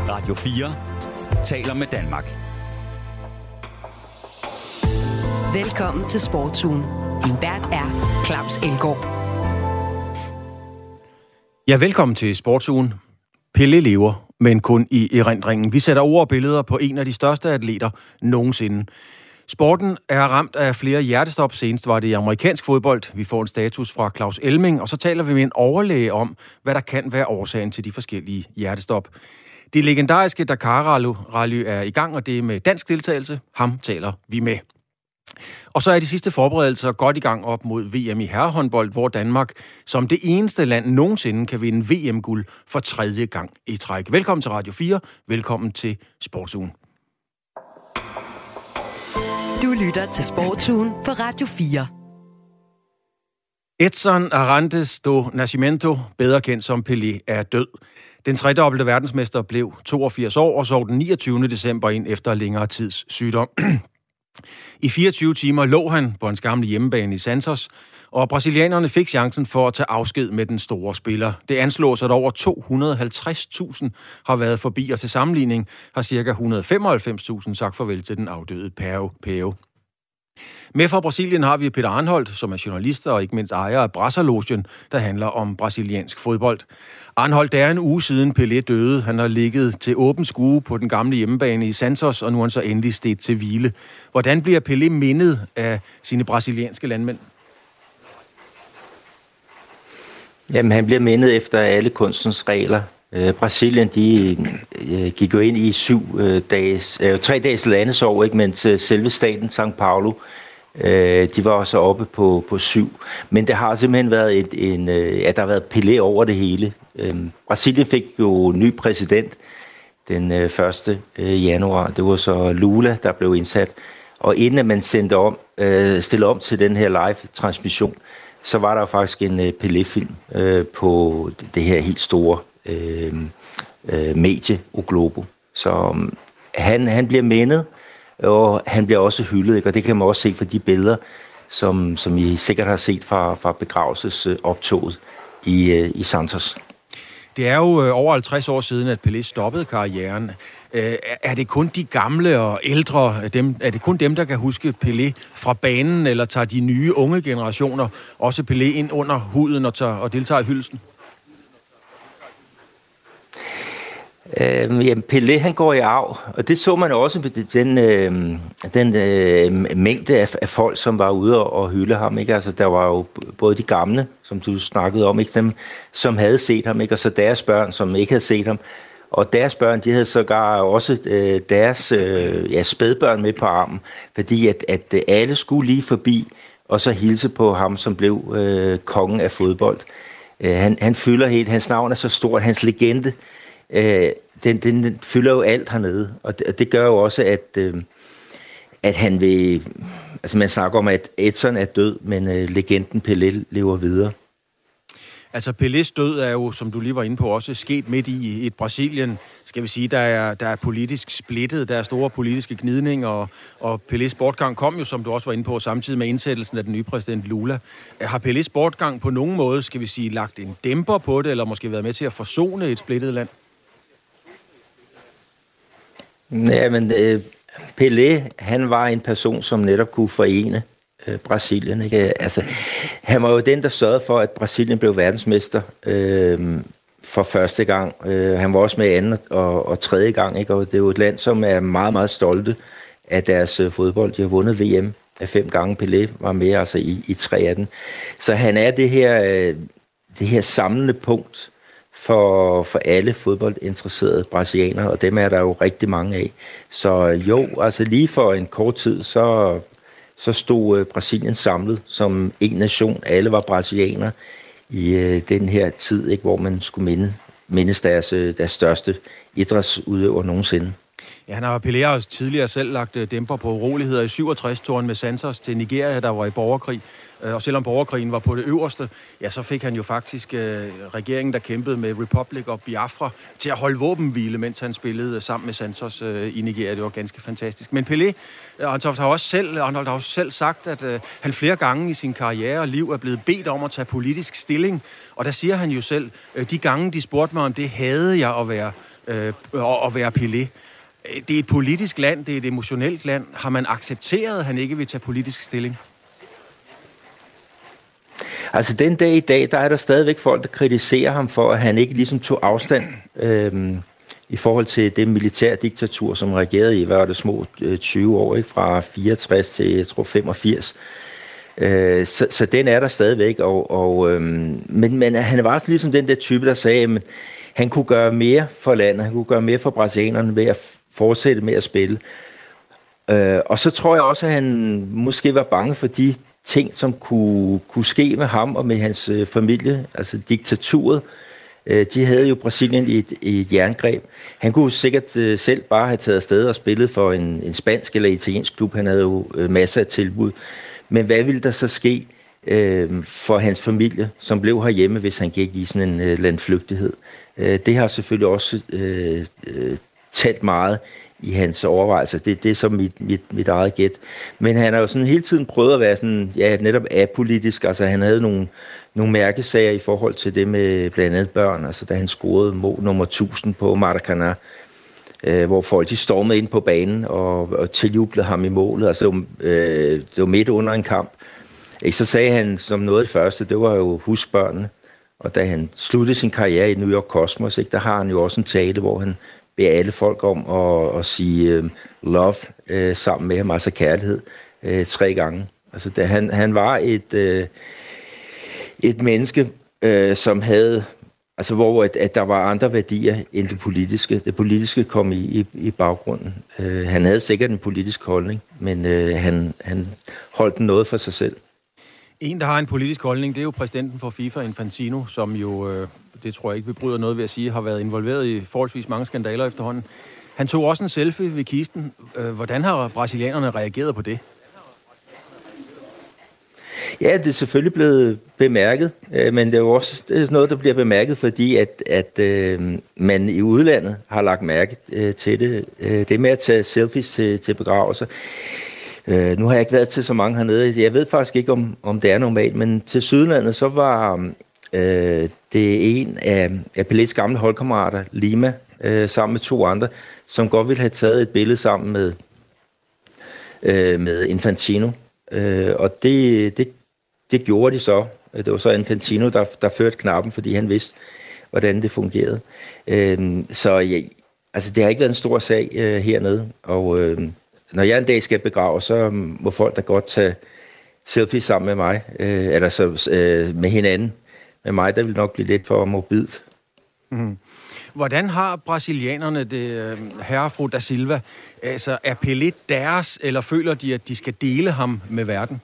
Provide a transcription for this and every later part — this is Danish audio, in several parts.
Radio 4 taler med Danmark. Velkommen til Sportsugen. Din vært er Claus Elgaard. Ja, velkommen til Sportsugen. Pelé lever, men kun i erindringen. Vi sætter ord og billeder på en af de største atleter nogensinde. Sporten er ramt af flere hjertestop. Senest var det i amerikansk fodbold. Vi får en status fra Claus Elming, og så taler vi med en overlæge om, hvad der kan være årsagen til de forskellige hjertestop. Det legendariske Dakar-rally er i gang, og det er med dansk deltagelse. Ham taler vi med. Og så er de sidste forberedelser godt i gang op mod VM i herrehåndbold, hvor Danmark som det eneste land nogensinde kan vinde VM-guld for 3. gang i træk. Velkommen til Radio 4. Velkommen til Sportsugen. Du lytter til Sportsugen på Radio 4. Edson Arantes do Nascimento, bedre kendt som Pelé, er død. Den tredobbelte verdensmester blev 82 år og sov den 29. december ind efter længere tids sygdom. I 24 timer lå han på hans gamle hjemmebane i Santos, og brasilianerne fik chancen for at tage afsked med den store spiller. Det anslås, at over 250.000 har været forbi, og til sammenligning har ca. 195.000 sagt farvel til den afdøde Pave. Med fra Brasilien har vi Peter Arnholdt, som er journalist og ikke mindst ejer af Brasserlogen, der handler om brasiliansk fodbold. Arnholdt, det er en uge siden Pelé døde. Han har ligget til åben skue på den gamle hjemmebane i Santos, og nu er han så endelig stedt til hvile. Hvordan bliver Pelé mindet af sine brasilianske landmænd? Jamen, han bliver mindet efter alle kunstens regler. Brasilien, de gik jo ind i 3 dages landesorg, ikke, mens selve staten São Paulo, de var også oppe på 7. Men det har simpelthen været der har været Pelé over det hele. Brasilien fik jo ny præsident den 1. januar. Det var så Lula, der blev indsat. Og inden man stillede om til den her live-transmission, så var der faktisk en Pelé-film på det her helt store medie O Globo. Så han bliver mindet, og han bliver også hyldet, ikke? Og det kan man også se fra de billeder, som I sikkert har set fra begravelsesoptoget i Santos. Det er jo over 50 år siden, at Pelé stoppede karrieren. Er det kun de gamle og ældre, er det kun dem, der kan huske Pelé fra banen, eller tager de nye unge generationer også Pelé ind under huden og deltager i hyldelsen? Jamen, Pelé, han går i arv, og det så man også med den mængde af folk, som var ude og hylde ham, ikke? Altså, der var jo både de gamle, som du snakkede om, ikke? Dem, som havde set ham, ikke? Og så deres børn, som ikke havde set ham. Og deres børn, de havde sågar også deres spædbørn med på armen, fordi at alle skulle lige forbi, og så hilse på ham, som blev kongen af fodbold. Han fylder helt, hans navn er så stort, hans legende, den fylder jo alt hernede, og det gør jo også, at han vil, altså man snakker om, at Edson er død, men legenden Pelé lever videre. Altså Pelés død er jo, som du lige var inde på, også sket midt i et Brasilien, skal vi sige, der er politisk splittet, der er store politiske gnidninger, og Pelés bortgang kom jo, som du også var inde på, samtidig med indsættelsen af den nye præsident Lula. Har Pelés bortgang på nogen måde, skal vi sige, lagt en dæmper på det, eller måske været med til at forsone et splittet land? Ja, men Pelé, han var en person, som netop kunne forene Brasilien, ikke? Altså, han var jo den, der sørgede for, at Brasilien blev verdensmester for første gang. Han var også med anden og tredje gang, ikke? Og det er jo et land, som er meget, meget stolte af deres fodbold. De har vundet VM 5 gange. Pelé var med altså i 3 af den. Så han er det her samlende punkt for alle fodboldinteresserede brasilianere, og dem er der jo rigtig mange af. Så jo, altså lige for en kort tid, så stod Brasilien samlet som en nation. Alle var brasilianere i den her tid, ikke, hvor man skulle mindes deres største idrætsudøver nogensinde. Ja, han har Pelé tidligere selv lagt dæmper på uroligheder i 67 turen med Santos til Nigeria, der var i borgerkrig. Og selvom borgerkrigen var på det øverste, ja, så fik han jo faktisk regeringen, der kæmpede med Republic og Biafra, til at holde våbenhvile, mens han spillede sammen med Santos i Nigeria. Det var ganske fantastisk. Men Pelé, Arnholdt har også selv sagt, at han flere gange i sin karriere og liv er blevet bedt om at tage politisk stilling. Og der siger han jo selv, de gange de spurgte mig om det, havde jeg at være at være Pelé. Det er et politisk land, det er et emotionelt land. Har man accepteret, at han ikke vil tage politisk stilling? Altså den dag i dag, der er der stadigvæk folk, der kritiserer ham for, at han ikke ligesom tog afstand i forhold til det militærdiktatur, som regerede i, hvad var det, små 20 år, ikke? Fra 64 til, jeg tror, 85. Så den er der stadigvæk, men han var også ligesom den der type, der sagde, at han kunne gøre mere for landet, han kunne gøre mere for brasilianerne ved at fortsætte med at spille. Og så tror jeg også, at han måske var bange for de ting, som kunne ske med ham og med hans familie, altså diktaturet. De havde jo Brasilien i et jerngreb. Han kunne sikkert selv bare have taget afsted og spillet for en spansk eller italiensk klub. Han havde jo masser af tilbud. Men hvad ville der så ske for hans familie, som blev herhjemme, hvis han gik i sådan en landflygtighed? Det har selvfølgelig også talt meget i hans overvejelser. Det er så mit eget gæt. Men han har jo sådan hele tiden prøvet at være sådan, ja, netop apolitisk. Altså han havde nogle mærkesager i forhold til det med blandt andet børn. Altså da han scorede mål nummer 1000 på Maracanã, hvor folk de stormede ind på banen og tiljublede ham i målet. Altså det var midt under en kamp. Så sagde han som noget af det første, det var jo husk børnene. Og da han sluttede sin karriere i New York Cosmos, der har han jo også en tale, hvor han beder alle folk om at sige love sammen med ham, altså kærlighed, 3 gange. Altså han var et menneske, som havde, altså hvor at der var andre værdier end det politiske. Det politiske kom i baggrunden. Han havde sikkert en politisk holdning, men han holdt den noget for sig selv. En, der har en politisk holdning, det er jo præsidenten for FIFA, Infantino, som jo, det tror jeg ikke, vi bryder noget ved at sige, har været involveret i forholdsvis mange skandaler efterhånden. Han tog også en selfie ved kisten. Hvordan har brasilianerne reageret på det? Ja, det er selvfølgelig blevet bemærket, men det er jo også noget, der bliver bemærket, fordi at man i udlandet har lagt mærke til det. Det med at tage selfies til begravelser. Nu har jeg ikke været til så mange hernede. Jeg ved faktisk ikke, om det er normalt, men til Sydlandet, så var det en af Pelés gamle holdkammerater, Lima, sammen med 2 andre, som godt ville have taget et billede sammen med Infantino. Og det gjorde de så. Det var så Infantino, der førte knappen, fordi han vidste, hvordan det fungerede. Så ja, altså, det har ikke været en stor sag hernede, og når jeg en dag skal begrave, så må folk da godt tage selfie sammen med mig, eller så med hinanden. Med mig, der vil nok blive lidt for morbidt. Mm. Hvordan har brasilianerne det, herre fru da Silva? Altså, er Pelé deres, eller føler de, at de skal dele ham med verden?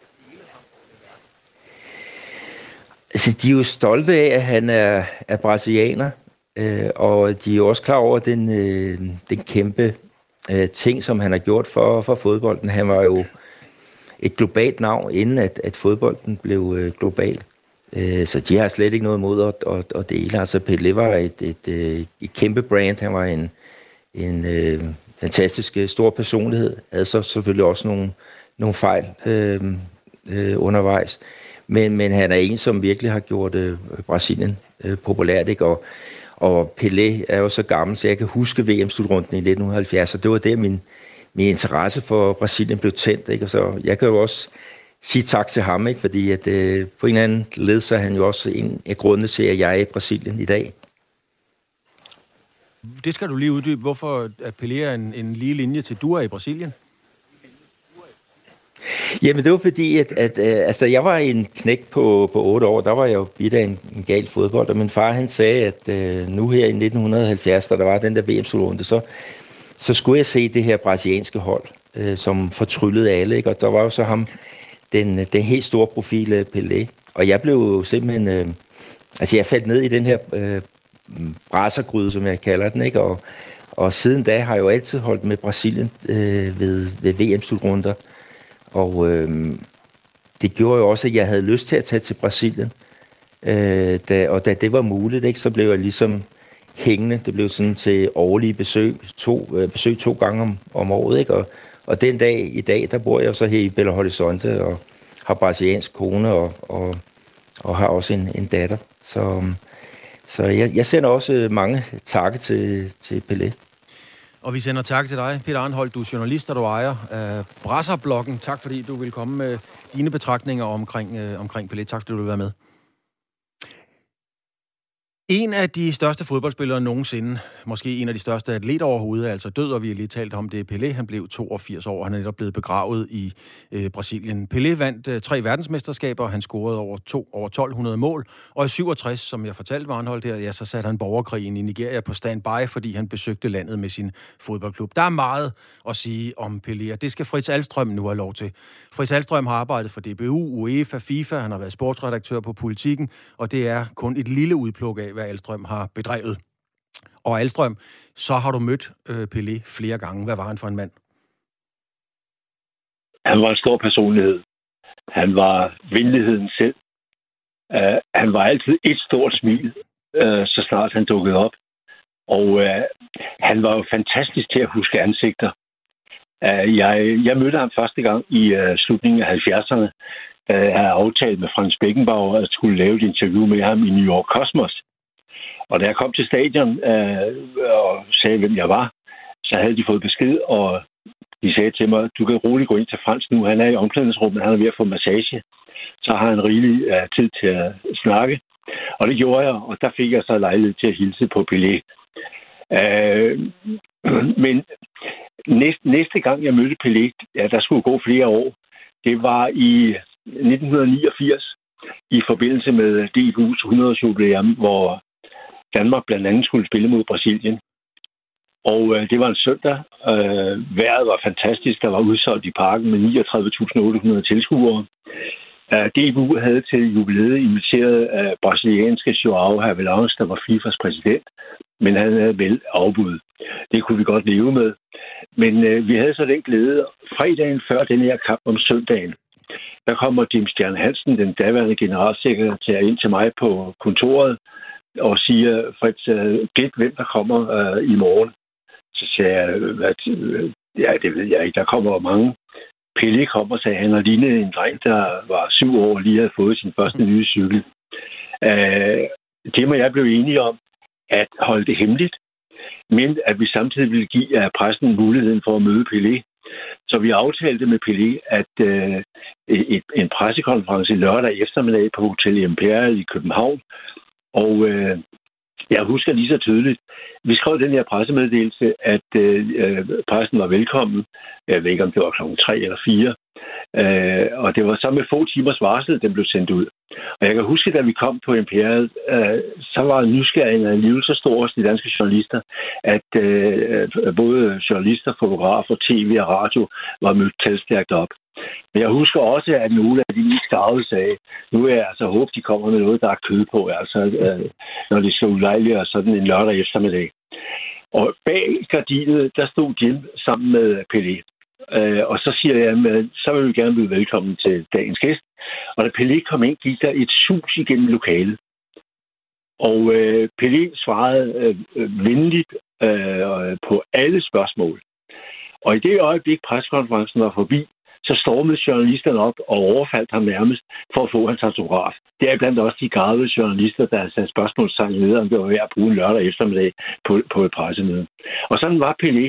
Altså, de er jo stolte af, at han er brasilianer, og de er også klar over den kæmpe ting, som han har gjort for fodbolden. Han var jo et globalt navn, inden at fodbolden blev global. Så de har slet ikke noget imod at dele. Altså Pelé var et kæmpe brand. Han var en fantastisk stor personlighed. Havde så selvfølgelig også nogle fejl undervejs. Men han er en, som virkelig har gjort Brasilien populært, ikke? Og Pelé er jo så gammel, så jeg kan huske VM-slutrunden i 1970, og det var der min interesse for Brasilien blev tændt, ikke? Og så jeg kan jo også sige tak til ham, ikke? Fordi at, på en eller anden led, så er han jo også en af grundene til, at jeg er i Brasilien i dag. Det skal du lige uddybe. Hvorfor at Pelé er en lige linje til, du er i Brasilien? Jamen det var fordi, at altså, jeg var en knægt på 8 år, der var jeg jo bidt af en gal fodbold, og min far han sagde, at nu her i 1970, da der var den der VM-slutrunde, så skulle jeg se det her brasilianske hold, som fortryllede alle, ikke? Og der var jo så ham, den helt store profil Pelé, og jeg blev jo simpelthen, altså jeg faldt ned i den her brassergryde, som jeg kalder den, ikke? Og siden da har jeg jo altid holdt med Brasilien ved VM-slutrunder. Og det gjorde jo også, at jeg havde lyst til at tage til Brasilien. Da det var muligt, ikke, så blev jeg ligesom hængende. Det blev sådan til årlige besøg 2 gange om året. Ikke? Og den dag i dag, der bor jeg så her i Belo Horizonte og har brasiliansk kone og har også en datter. Så jeg sender også mange takke til Pelé. Og vi sender tak til dig, Peter Arnholdt. Du er journalist, og du ejer Brasserbloggen. Tak fordi du vil komme med dine betragtninger omkring Pelé. Tak fordi du vil være med. En af de største fodboldspillere nogensinde, måske en af de største atleter overhovedet, er altså død, og vi har lige talt om det. Pelé, han blev 82 år, han er netop blevet begravet i Brasilien. Pelé vandt 3 verdensmesterskaber, han scorede over 1200 mål, og i 67, som jeg fortalte med Arnholdt der, ja, så satte han borgerkrigen i Nigeria på standby, fordi han besøgte landet med sin fodboldklub. Der er meget at sige om Pelé, og det skal Fritz Alstrøm nu have lov til. Fritz Alstrøm har arbejdet for DBU, UEFA, FIFA, han har været sportsredaktør på Politiken, og det er kun et lille udpluk af, hvad Alstrøm har bedrevet. Og Alstrøm, så har du mødt Pelé flere gange. Hvad var han for en mand? Han var en stor personlighed. Han var venligheden selv. Han var altid et stort smil, så snart han dukkede op. Og han var jo fantastisk til at huske ansigter. Jeg mødte ham første gang i slutningen af 70'erne. Jeg havde aftalt med Franz Beckenbauer at skulle lave et interview med ham i New York Cosmos. Og da jeg kom til stadion og sagde, hvem jeg var, så havde de fået besked, og de sagde til mig, du kan roligt gå ind til Frans nu. Han er i omklædningsrummet, han er ved at få massage. Så har han rigelig tid til at snakke. Og det gjorde jeg, og der fik jeg så lejlighed til at hilse på Pelé. Men næste gang jeg mødte Pelé, ja, der skulle gå flere år, det var i 1989, i forbindelse med DBU's 100-års jubilæum, hvor Danmark blandt andet skulle spille mod Brasilien. Og det var en søndag. Vejret var fantastisk. Der var udsolgt i parken med 39.800 tilskuere. DBU havde til jubilæet inviteret brasilianske João Havelange, der var FIFAs præsident, men han havde vel afbud. Det kunne vi godt leve med. Men vi havde så den glæde. Fredagen før den her kamp om søndagen, der kommer Jim Stjerne Hansen, den daværende generalsekretær, ind til mig på kontoret og siger, Fritz, gæt hvem der kommer i morgen. Så siger jeg, ja, det ved jeg ikke, der kommer mange. Pelé kom og sagde, han har lignet en dreng, der var 7 år og lige havde fået sin første nye cykel. Det må jeg blive enige om, at holde det hemmeligt, men at vi samtidig ville give pressen muligheden for at møde Pelé. Så vi aftalte med Pelé, at en pressekonference lørdag eftermiddag på Hotel Imperial i København, og jeg husker lige så tydeligt, vi skrev den her pressemeddelelse, at pressen var velkommen. Jeg ved ikke, om det var klokken 3 eller 4. Og det var så med få timers varsel, den blev sendt ud. Og jeg kan huske, da vi kom på Imperial, så var nysgerrigheden alligevel så stor hos de danske journalister, at både journalister, fotografer, tv og radio var mødt talstærkt op. Men jeg husker også, at nogle af de mest skarve sagde, nu er jeg altså håbe, de kommer med noget, der er kød på, altså når de skal ulejlige sådan en lørdag eftermiddag. Og bag gardinet, der stod Jim sammen med Pelé. Og så siger jeg, at så vil vi gerne blive velkommen til dagens gæst. Og da Pelé kom ind, gik der et sus igennem lokalet. Og Pelé svarede venligt på alle spørgsmål. Og i det øjeblik, pressekonferencen var forbi, så stormede journalisterne op og overfaldt ham nærmest for at få hans autograf. Det er blandt også de gravede journalister, der har sat spørgsmålstegn ned, om det var værd at bruge en lørdag eftermiddag på et pressemøde. Og sådan var Pelé.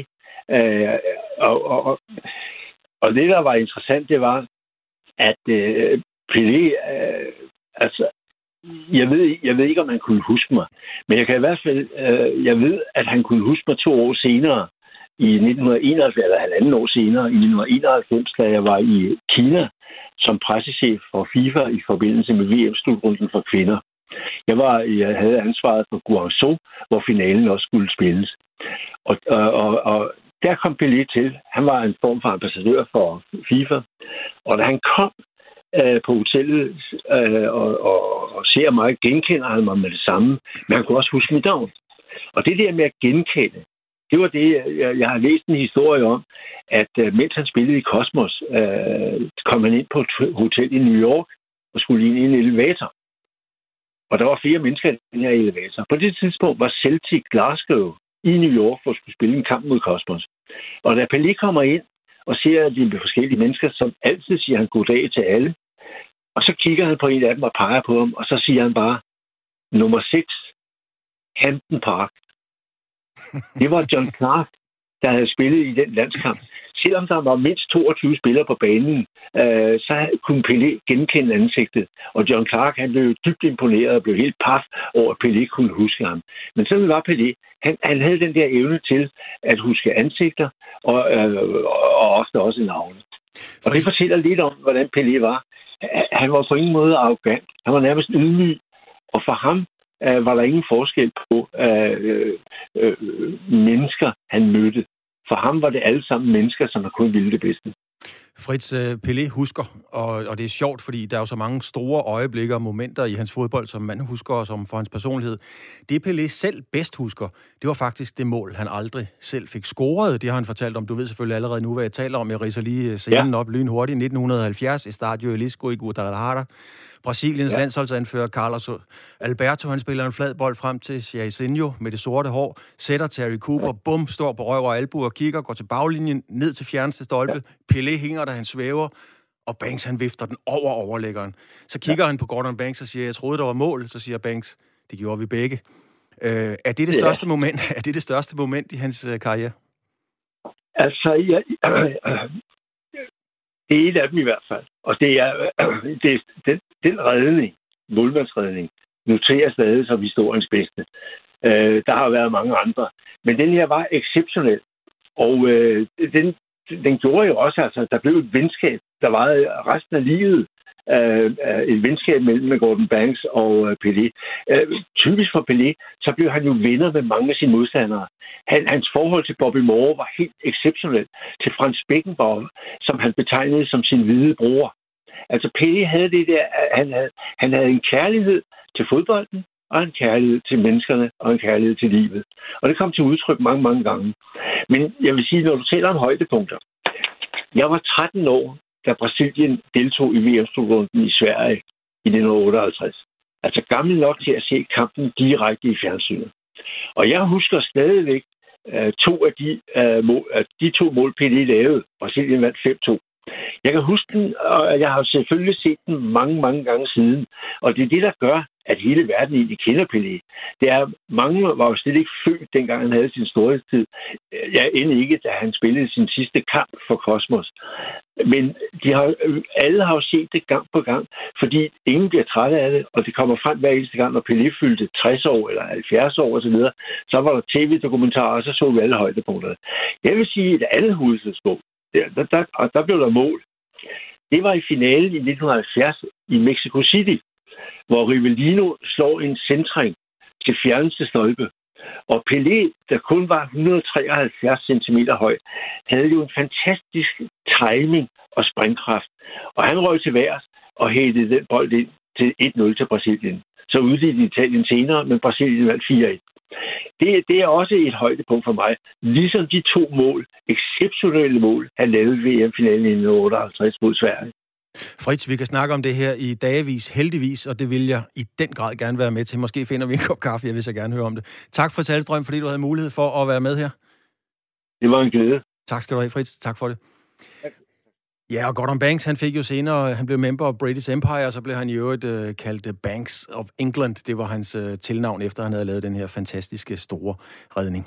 Og det, der var interessant, det var, at Pelé, altså, jeg ved ikke, om han kunne huske mig, men jeg kan i hvert fald, jeg ved, at han kunne huske mig 2 år senere, i 1991, eller halvanden år senere, i 1991, da jeg var i Kina som pressechef for FIFA i forbindelse med VM-slutrunden for kvinder. Jeg havde ansvaret for Guangzhou, hvor finalen også skulle spilles. Og der kom Pelé til. Han var en form for ambassadør for FIFA. Og da han kom på hotellet og ser mig, genkender han mig med det samme, men han kunne også huske mit navn. Og det der med at genkende, det var det, jeg har læst en historie om, at mens han spillede i Cosmos, kom han ind på et hotel i New York og skulle ind i en elevator. Og der var 4 mennesker i den her elevator. På det tidspunkt var Celtic Glasgow i New York for at skulle spille en kamp mod Cosmos. Og da Pelé kommer ind og ser, at de er forskellige mennesker, som altid siger han goddag til alle, og så kigger han på en af dem og peger på ham, og så siger han bare, nummer 6, Hampden Park. Det var John Clark, der havde spillet i den landskamp. Selvom der var mindst 22 spillere på banen, så kunne Pelé genkende ansigtet. Og John Clark, han blev dybt imponeret og blev helt paf over, at Pelé kunne huske ham. Men sådan var Pelé. Han havde den der evne til at huske ansigter og ofte også navne. Og det fortæller lidt om, hvordan Pelé var. Han var på ingen måde arrogant. Han var nærmest ydmyg. Og for ham var der ingen forskel på mennesker, han mødte. For ham var det alle sammen mennesker, som kun ville det bedste. Fritz, Pelé husker, og det er sjovt, fordi der er jo så mange store øjeblikke og momenter i hans fodbold, som man husker, og som for hans personlighed. Det Pelé selv bedst husker, det var faktisk det mål, han aldrig selv fik scoret. Det har han fortalt om. Du ved selvfølgelig allerede nu, hvad jeg taler om. Jeg ridser lige scenen op lynhurtigt. 1970, Estádio Jalisco i Guadalajara. Brasiliens landsholdsanfører Carlos Alberto, han spiller en flad bold frem til Jairzinho med det sorte hår, sætter Terry Cooper, bum, står på røv og albu og kigger, går til baglinjen, ned til fjerneste stolpe. Pelé hænger der, han svæver, og Banks, han vifter den over overlæggeren. Så kigger han på Gordon Banks og siger, jeg troede, der var mål. Så siger Banks, det gjorde vi begge. Er det det største moment? Er det det største moment i hans karriere? Altså, det er et af dem i hvert fald. Og det er den redning, målmandsredning, noterer stadig som historiens bedste. Der har været mange andre. Men den her var exceptionel. Og den gjorde jo også, altså, der blev et venskab, der varede resten af livet. Et venskab mellem Gordon Banks og Pelé. Typisk for Pelé, så blev han jo venner med mange af sine modstandere. Hans forhold til Bobby Moore var helt exceptionelt. Til Franz Beckenbauer, som han betegnede som sin hvide bror. Altså Pelé havde det der, han havde en kærlighed til fodbolden, og en kærlighed til menneskerne, og en kærlighed til livet. Og det kom til udtryk mange, mange gange. Men jeg vil sige, når du taler om højdepunkter. Jeg var 13 år, da Brasilien deltog i VM-slutrunden i Sverige i 1958. Altså gammel nok til at se kampen direkte i fjernsynet. Og jeg husker stadigvæk de to mål, Pelé lavede. Brasilien vandt 5-2. Jeg kan huske den, og jeg har selvfølgelig set den mange, mange gange siden. Og det er det, der gør, at hele verden egentlig kender Pelé. Det er, mange var jo slet ikke født, dengang han havde sin storhedstid. Jeg endte ikke, da han spillede sin sidste kamp for Kosmos. Men alle har jo set det gang på gang, fordi ingen bliver træt af det, og det kommer frem hver eneste gang, når Pelé fyldte 60 år eller 70 år osv., så var der tv-dokumentarer, og så så vi alle højdepunkterne. Jeg vil sige, et andet hovedstødsmål, der blev der mål. Det var i finalen i 1970 i Mexico City, hvor Rivellino slår en centring til fjerneste stolpe. Og Pelé, der kun var 173 cm høj, havde jo en fantastisk timing og springkraft. Og han røg til værs og hældte den bold ind til 1-0 til Brasilien. Så udligede Italien senere, men Brasilien vandt 4-1. Det er også et højdepunkt for mig. Ligesom de to mål, exceptionelle mål, han lavede VM-finalen i 1958 mod Sverige. Fritz, vi kan snakke om det her i dagevis, heldigvis, og det vil jeg i den grad gerne være med til. Måske finder vi en kop kaffe, jeg vil så gerne høre om det. Tak for Talstrøm, fordi du havde mulighed for at være med her. Det var en glæde. Tak skal du have, Fritz. Tak for det. Ja, og Gordon Banks, han fik jo senere, han blev member of British Empire, og så blev han i øvrigt kaldt Banks of England. Det var hans tilnavn, efter han havde lavet den her fantastiske store redning.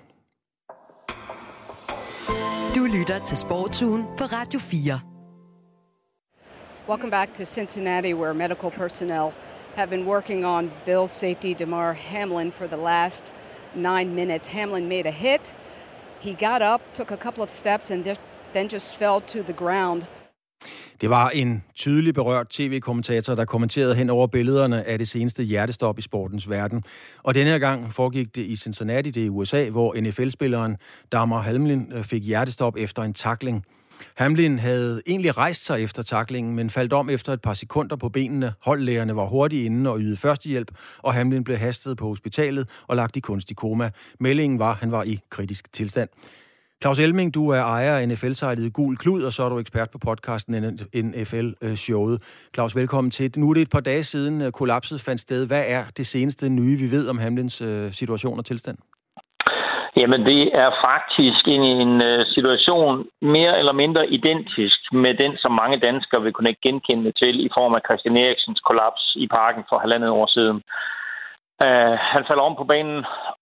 Du lytter til Sportsugen på Radio 4. Welcome back to Cincinnati, where medical personnel have been working on Bills safety Damar Hamlin for the last 9 minutes. Hamlin made a hit. He got up, took a couple of steps, and then just fell to the ground. Det var en tydelig berørt tv-kommentator, der kommenterede hen over billederne af det seneste hjertestop i sportens verden. Og denne her gang foregik det i Cincinnati, det er i USA, hvor NFL-spilleren Damar Hamlin fik hjertestop efter en tackling. Hamlin havde egentlig rejst sig efter tacklingen, men faldt om efter et par sekunder på benene. Holdlægerne var hurtigt inde og ydede førstehjælp, og Hamlin blev hastet på hospitalet og lagt i kunstig koma. Meldingen var, at han var i kritisk tilstand. Claus Elming, du er ejer af NFL-sitet Gul Klud, og så er du ekspert på podcasten NFL-showet. Claus, velkommen til. Nu er det et par dage siden kollapset fandt sted. Hvad er det seneste nye, vi ved om Hamlins situation og tilstand? Jamen, det er faktisk en situation mere eller mindre identisk med den, som mange danskere vil kunne genkende til i form af Christian Eriksens kollaps i Parken for 1,5 år siden. Han falder om på banen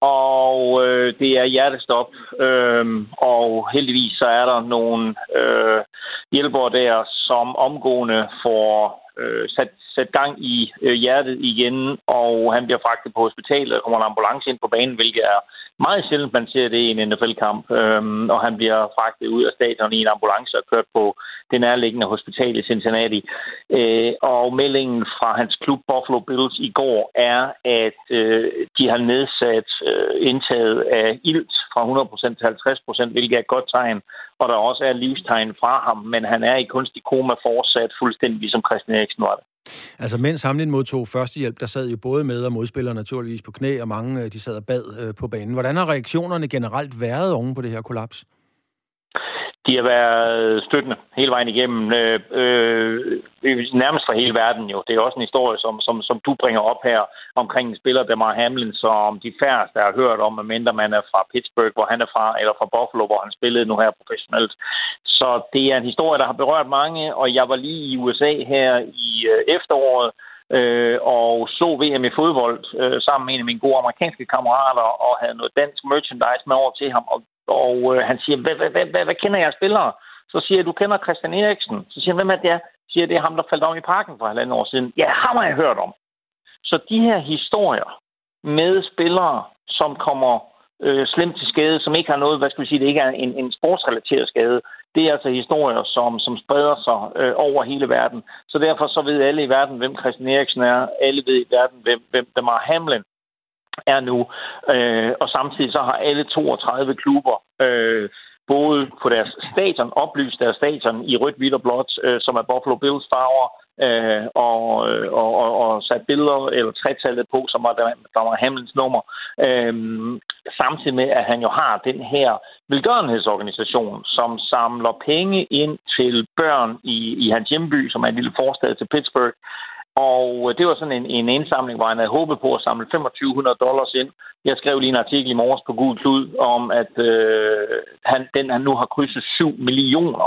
og det er hjertestop. Og heldigvis så er der nogle hjælpere der, som omgående får sat gang i hjertet igen, og han bliver fragtet på hospitalet, og kommer en ambulance ind på banen, hvilket er meget sjældent, man ser det i en NFL-kamp, og han bliver fragtet ud af stadion i en ambulance og kørt på det nærliggende hospital i Cincinnati. Og meldingen fra hans klub Buffalo Bills i går er, at de har nedsat indtaget af ilt fra 100% til 50%, hvilket er et godt tegn, og der også er livstegn fra ham, men han er i kunstig koma fortsat, fuldstændig som Christian Eriksen var det. Altså, mens Hamlin modtog førstehjælp, der sad jo både med- og modspillere naturligvis på knæ, og mange de sad og bad på banen. Hvordan har reaktionerne generelt været oven på det her kollaps? De har været støttende hele vejen igennem, nærmest fra hele verden jo. Det er også en historie, som du bringer op her omkring en spiller, Damar Hamlin, som de færreste har hørt om, medmindre man er fra Pittsburgh, hvor han er fra, eller fra Buffalo, hvor han spillede nu her professionelt. Så det er en historie, der har berørt mange, og jeg var lige i USA her i efteråret, og så VM i fodbold sammen med en af mine gode amerikanske kammerater, og havde noget dansk merchandise med over til ham, og han siger, hvad kender jeg spillere? Så siger jeg, du kender Christian Eriksen. Så siger han, hvem er det? Så siger jeg, det er ham, der faldt om i parken for 1,5 år siden. Ja, ham har jeg hørt om. Så de her historier med spillere, som kommer slemt til skade, som ikke har noget, det ikke er en sportsrelateret skade, det er altså historier, som spreder sig over hele verden. Så derfor så ved alle i verden, hvem Christian Eriksen er. Alle ved i verden, hvem Damar Hamlin er nu. Og samtidig så har alle 32 klubber både på deres stadion, oplyst deres stadion i rødt, hvidt og blåt, som er Buffalo Bills farver, og sat billeder eller tretallet på, som var Hamlins nummer. Samtidig med, at han jo har den her velgørenhedsorganisation, som samler penge ind til børn i hans hjemby, som er en lille forstad til Pittsburgh. Og det var sådan en indsamling, hvor han havde håbet på at samle $2,500 ind. Jeg skrev lige en artikel i morges på Gul Klud om, at han nu har krydset $7 millioner.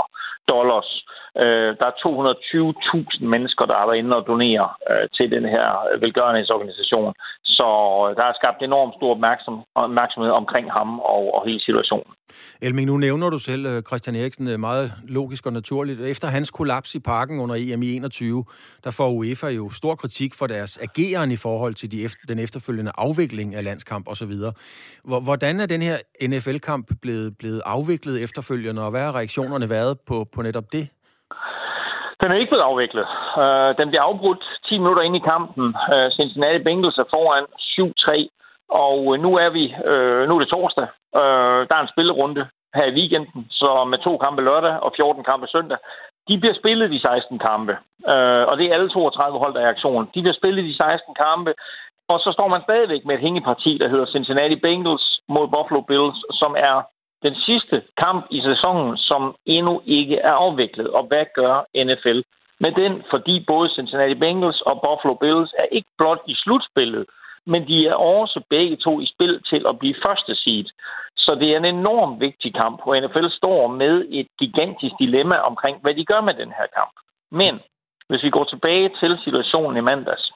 Der er 220.000 mennesker, der har været inde og donere til den her velgørenhedsorganisation. Så der er skabt enormt stor opmærksomhed omkring ham og hele situationen. Elming, nu nævner du selv Christian Eriksen meget logisk og naturligt. Efter hans kollaps i parken under EM i 21, der får UEFA jo stor kritik for deres ageren i forhold til den efterfølgende afvikling af landskamp osv. Hvordan er den her NFL-kamp blevet afviklet efterfølgende, og hvad har reaktionerne været på netop det? Den er ikke blevet afviklet. Den bliver afbrudt 10 minutter ind i kampen. Cincinnati Bengals er foran 7-3, og nu er det torsdag. Der er en spillerunde her i weekenden, så med 2 kampe lørdag og 14 kampe søndag. De bliver spillet de 16 kampe, og det er alle 32 hold, der er i aktion. De bliver spillet de 16 kampe, og så står man stadigvæk med et hængeparti, der hedder Cincinnati Bengals mod Buffalo Bills, som er den sidste kamp i sæsonen, som endnu ikke er afviklet. Og hvad gør NFL med den? Fordi både Cincinnati Bengals og Buffalo Bills er ikke blot i slutspillet, men de er også begge to i spil til at blive første seed. Så det er en enormt vigtig kamp, hvor NFL står med et gigantisk dilemma omkring, hvad de gør med den her kamp. Men hvis vi går tilbage til situationen i mandags,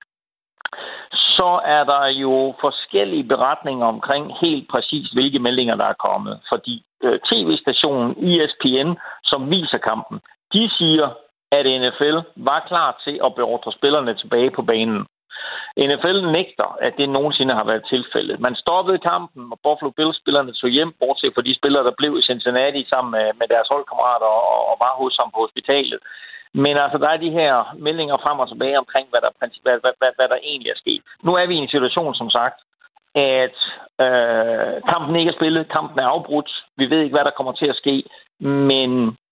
så er der jo forskellige beretninger omkring helt præcis, hvilke meldinger der er kommet. Fordi tv-stationen ESPN, som viser kampen, de siger, at NFL var klar til at beordre spillerne tilbage på banen. NFL nægter, at det nogensinde har været tilfældet. Man stoppede kampen, og Buffalo Bills-spillerne tog hjem, bortset fra de spillere, der blev i Cincinnati sammen med deres holdkammerater og var hos ham på hospitalet. Men altså, der er de her meldinger frem og tilbage omkring, hvad der egentlig er sket. Nu er vi i en situation, som sagt, at kampen ikke er spillet, kampen er afbrudt. Vi ved ikke, hvad der kommer til at ske, men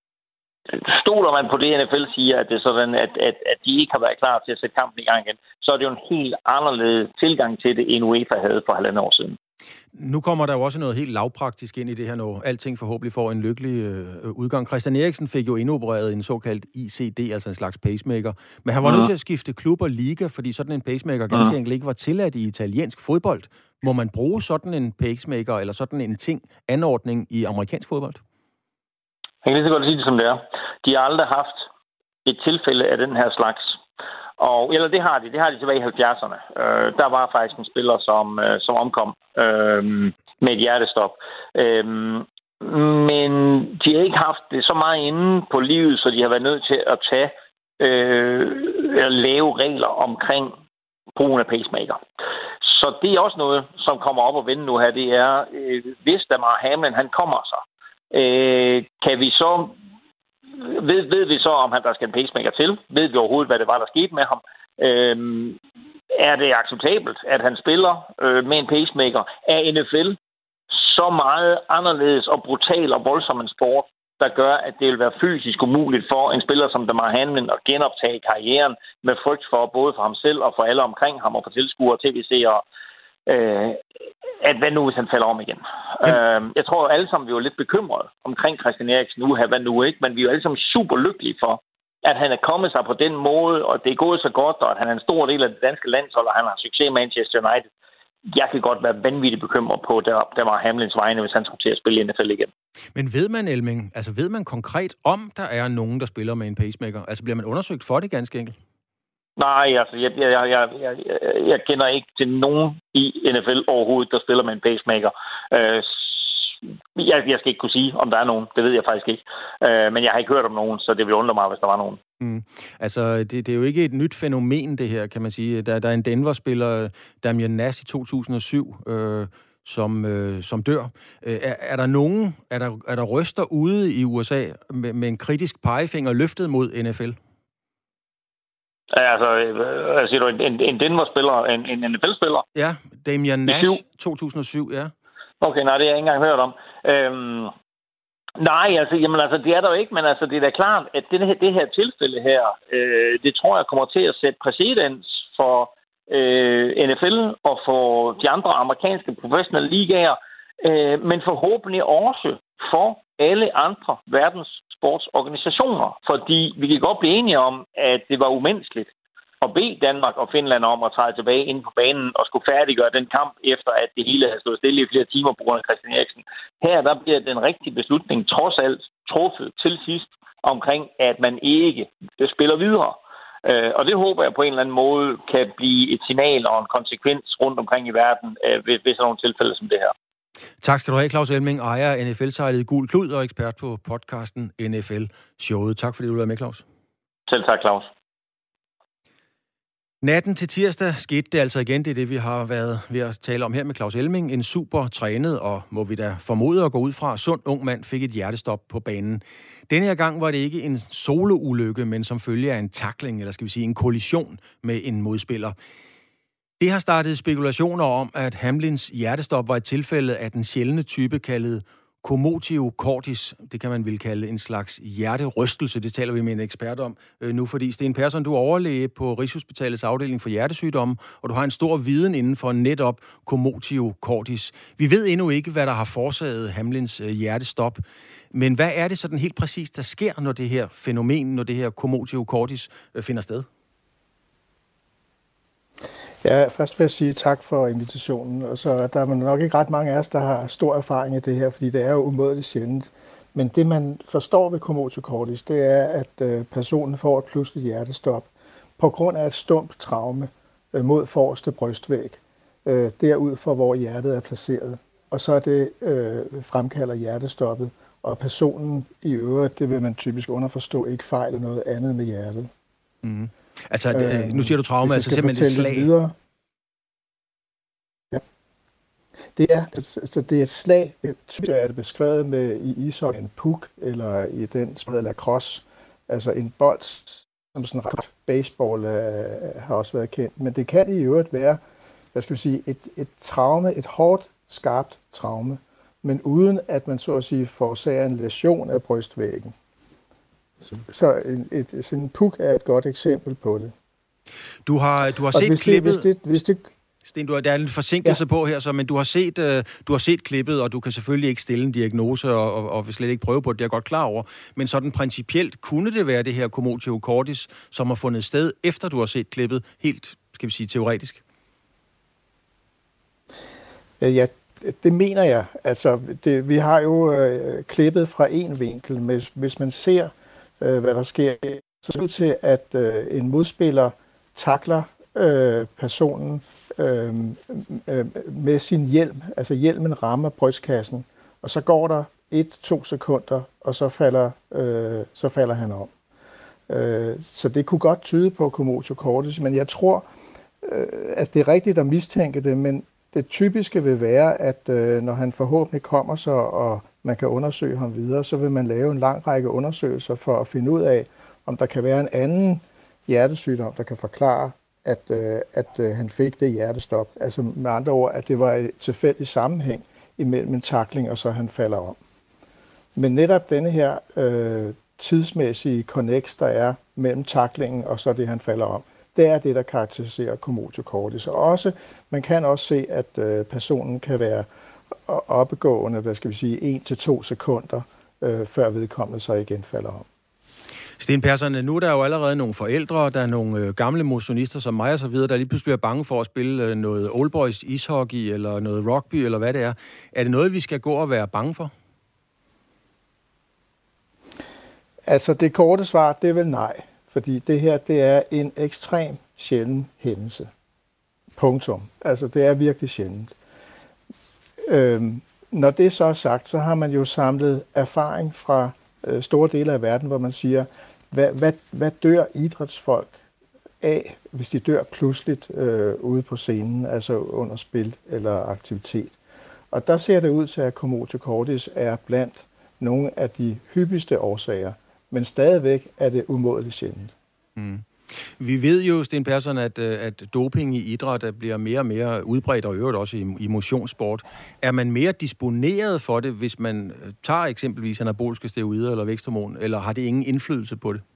stoler man på det, NFL siger, at det er sådan, at de ikke har været klar til at sætte kampen i gang igen, så er det jo en helt anderledes tilgang til det, end UEFA havde for 1,5 år siden. Nu kommer der jo også noget helt lavpraktisk ind i det her, når alting forhåbentlig får en lykkelig udgang. Christian Eriksen fik jo indopereret en såkaldt ICD, altså en slags pacemaker. Men han var nødt til at skifte klub og liga, fordi sådan en pacemaker ganske enkelt ikke var tilladt i italiensk fodbold. Må man bruge sådan en pacemaker, eller sådan en anordning i amerikansk fodbold? Jeg kan lige så godt sige det, som det er. De har aldrig haft et tilfælde af den her slags. Eller det har de tilbage i 70'erne. Der var faktisk en spiller, som omkom med et hjertestop. Men de har ikke haft det så meget inde på livet, så de har været nødt til at lave regler omkring brugen af pacemaker. Så det er også noget, som kommer op og vende nu her. Det er, hvis Damar Hamlin, han kommer sig, kan vi så ved vi så, om der skal en pacemaker til? Ved vi overhovedet, hvad det var, der skete med ham? Er det acceptabelt, at han spiller med en pacemaker? Er NFL så meget anderledes og brutal og voldsom en sport, der gør, at det vil være fysisk umuligt for en spiller som Damar Hamlin at genoptage karrieren med frygt for både for ham selv og for alle omkring ham og for tilskuere og tv-seere, at hvad nu, hvis han falder om igen? Jeg tror alle sammen, vi var lidt bekymrede omkring Christian Eriksen nu her, hvad nu ikke, men vi er jo alle sammen super lykkelige for, at han er kommet sig på den måde, og det er gået så godt, og at han er en stor del af det danske landshold, og han har succes i Manchester United. Jeg kan godt være vanvittigt bekymret på, der var Hamlins vegne, hvis han skulle til at spille i NFL igen. Men ved man, Elming, altså ved man konkret, om der er nogen, der spiller med en pacemaker? Altså bliver man undersøgt for det ganske enkelt? Nej, altså jeg kender ikke til nogen i NFL overhovedet, der spiller med en pacemaker. Jeg skal ikke kunne sige, om der er nogen. Det ved jeg faktisk ikke. Men jeg har ikke hørt om nogen, så det vil undre mig, hvis der var nogen. Altså, det er jo ikke et nyt fænomen, det her, kan man sige. Der er en Denver-spiller, Damian Nash i 2007, som dør. Er der nogen, er der røster ude i USA med en kritisk pegefinger løftet mod NFL? Altså, siger du, en Denver-spiller, en NFL-spiller? Ja, Damian Nash, 2007, ja. Okay, nej, det har jeg ikke engang hørt om. Nej, altså, det er der jo ikke, men altså, det er da klart, at det her tilfælde her, det tror jeg kommer til at sætte præcedens for NFL og for de andre amerikanske professionelle ligaer, men forhåbentlig også for alle andre verdens sportsorganisationer, fordi vi kan godt blive enige om, at det var umenneskeligt at bede Danmark og Finland om at træde tilbage inde på banen og skulle færdiggøre den kamp, efter at det hele havde stået stille i flere timer på grund af Christian Eriksen. Her der bliver den rigtige beslutning trods alt truffet til sidst omkring, at man ikke spiller videre. Og det håber jeg på en eller anden måde kan blive et signal og en konsekvens rundt omkring i verden ved sådan nogle tilfælde som det her. Tak skal du have, Claus Elming, ejer af NFL-sejlet Gul Klud og ekspert på podcasten NFL-showet. Tak fordi du var med, Claus. Selv tak, Claus. Natten til tirsdag skete det altså igen. Det er det, vi har været ved at tale om her med Claus Elming. En super trænet og, må vi da formode at gå ud fra, sund ung mand fik et hjertestop på banen. Denne her gang var det ikke en soloulykke, men som følge af en tackling, eller skal vi sige en kollision med en modspiller. Det har startet spekulationer om, at Hamlins hjertestop var et tilfælde af den sjældne type kaldet commotio cordis. Det kan man vel kalde en slags hjerterystelse. Det taler vi med en ekspert om nu, fordi Sten Persson, du er overlæge på Rigshospitalets afdeling for hjertesygdomme, og du har en stor viden inden for netop commotio cordis. Vi ved endnu ikke, hvad der har forårsaget Hamlins hjertestop, men hvad er det sådan helt præcis, der sker, når det her fænomen, når det her commotio cordis finder sted? Ja, først vil jeg sige tak for invitationen. Og så der er nok ikke ret mange af os, der har stor erfaring i det her, fordi det er jo umådeligt sjældent. Men det, man forstår ved commotio cordis, det er, at personen får et pludseligt hjertestop på grund af et stumpt traume mod forreste brystvæg, derud for hvor hjertet er placeret. Og så er det fremkalder hjertestoppet, og personen i øvrigt, det vil man typisk underforstå, ikke fejler noget andet med hjertet. Mm. Altså, nu siger du traume, altså simpelthen et slag? Videre. Ja. Det er et slag. Typisk er det beskrevet med i ishockey en puck, eller i den spiller lacrosse, altså en bold, som sådan ret baseball har også været kendt. Men det kan i øvrigt være, hvad skal vi sige, et traume, et hårdt, skarpt traume, men uden at man så at sige forårsager en læsion af brystvæggen. Så en puck er et godt eksempel på det. Du har set klippet. Sten, der er en forsinkelse på her, så, men du har set klippet, og du kan selvfølgelig ikke stille en diagnose, og vil slet ikke prøve på det, det er jeg godt klar over. Men sådan principielt kunne det være det her commotio cordis, som har fundet sted, efter du har set klippet, helt, skal vi sige, teoretisk? Ja, det mener jeg. Altså, vi har jo klippet fra en vinkel. Hvis man ser, hvad der sker, så ser det ud til, at en modspiller takler personen med sin hjelm. Altså hjelmen rammer brystkassen, og så går der 1-2 sekunder, og så falder han om. Så det kunne godt tyde på commotio cordis, men jeg tror, at det er rigtigt at mistænke det, men det typiske vil være, at når han forhåbentlig kommer så, og man kan undersøge ham videre, så vil man lave en lang række undersøgelser for at finde ud af, om der kan være en anden hjertesygdom, der kan forklare, at han fik det hjertestop. Altså med andre ord, at det var et tilfældig sammenhæng imellem en tackling, og så han falder om. Men netop denne her tidsmæssige connect, der er mellem tacklingen og så det, han falder om, det er det, der karakteriserer commotio cordis. Og også, man kan også se, at personen kan være oppegående, 1-2 sekunder, før vedkommende så igen falder om. Sten Persson, nu er der jo allerede nogle forældre, der er nogle gamle motionister som mig og så videre, der lige pludselig er bange for at spille noget Old Boys ishockey eller noget rugby eller hvad det er. Er det noget, vi skal gå og være bange for? Altså det korte svar, det er vel nej. Fordi det her, det er en ekstrem sjælden hændelse. Punktum. Altså det er virkelig sjældent. Når det så er sagt, så har man jo samlet erfaring fra store dele af verden, hvor man siger, hvad dør idrætsfolk af, hvis de dør pludseligt ude på scenen, altså under spil eller aktivitet. Og der ser det ud til, at commotio cordis er blandt nogle af de hyppigste årsager, men stadigvæk er det umådeligt sjældent. Mm. Vi ved jo, Sten Persson, at doping i idræt bliver mere og mere udbredt, og i øvrigt også i motionssport. Er man mere disponeret for det, hvis man tager eksempelvis anaboliske steroider eller væksthormon, eller har det ingen indflydelse på det?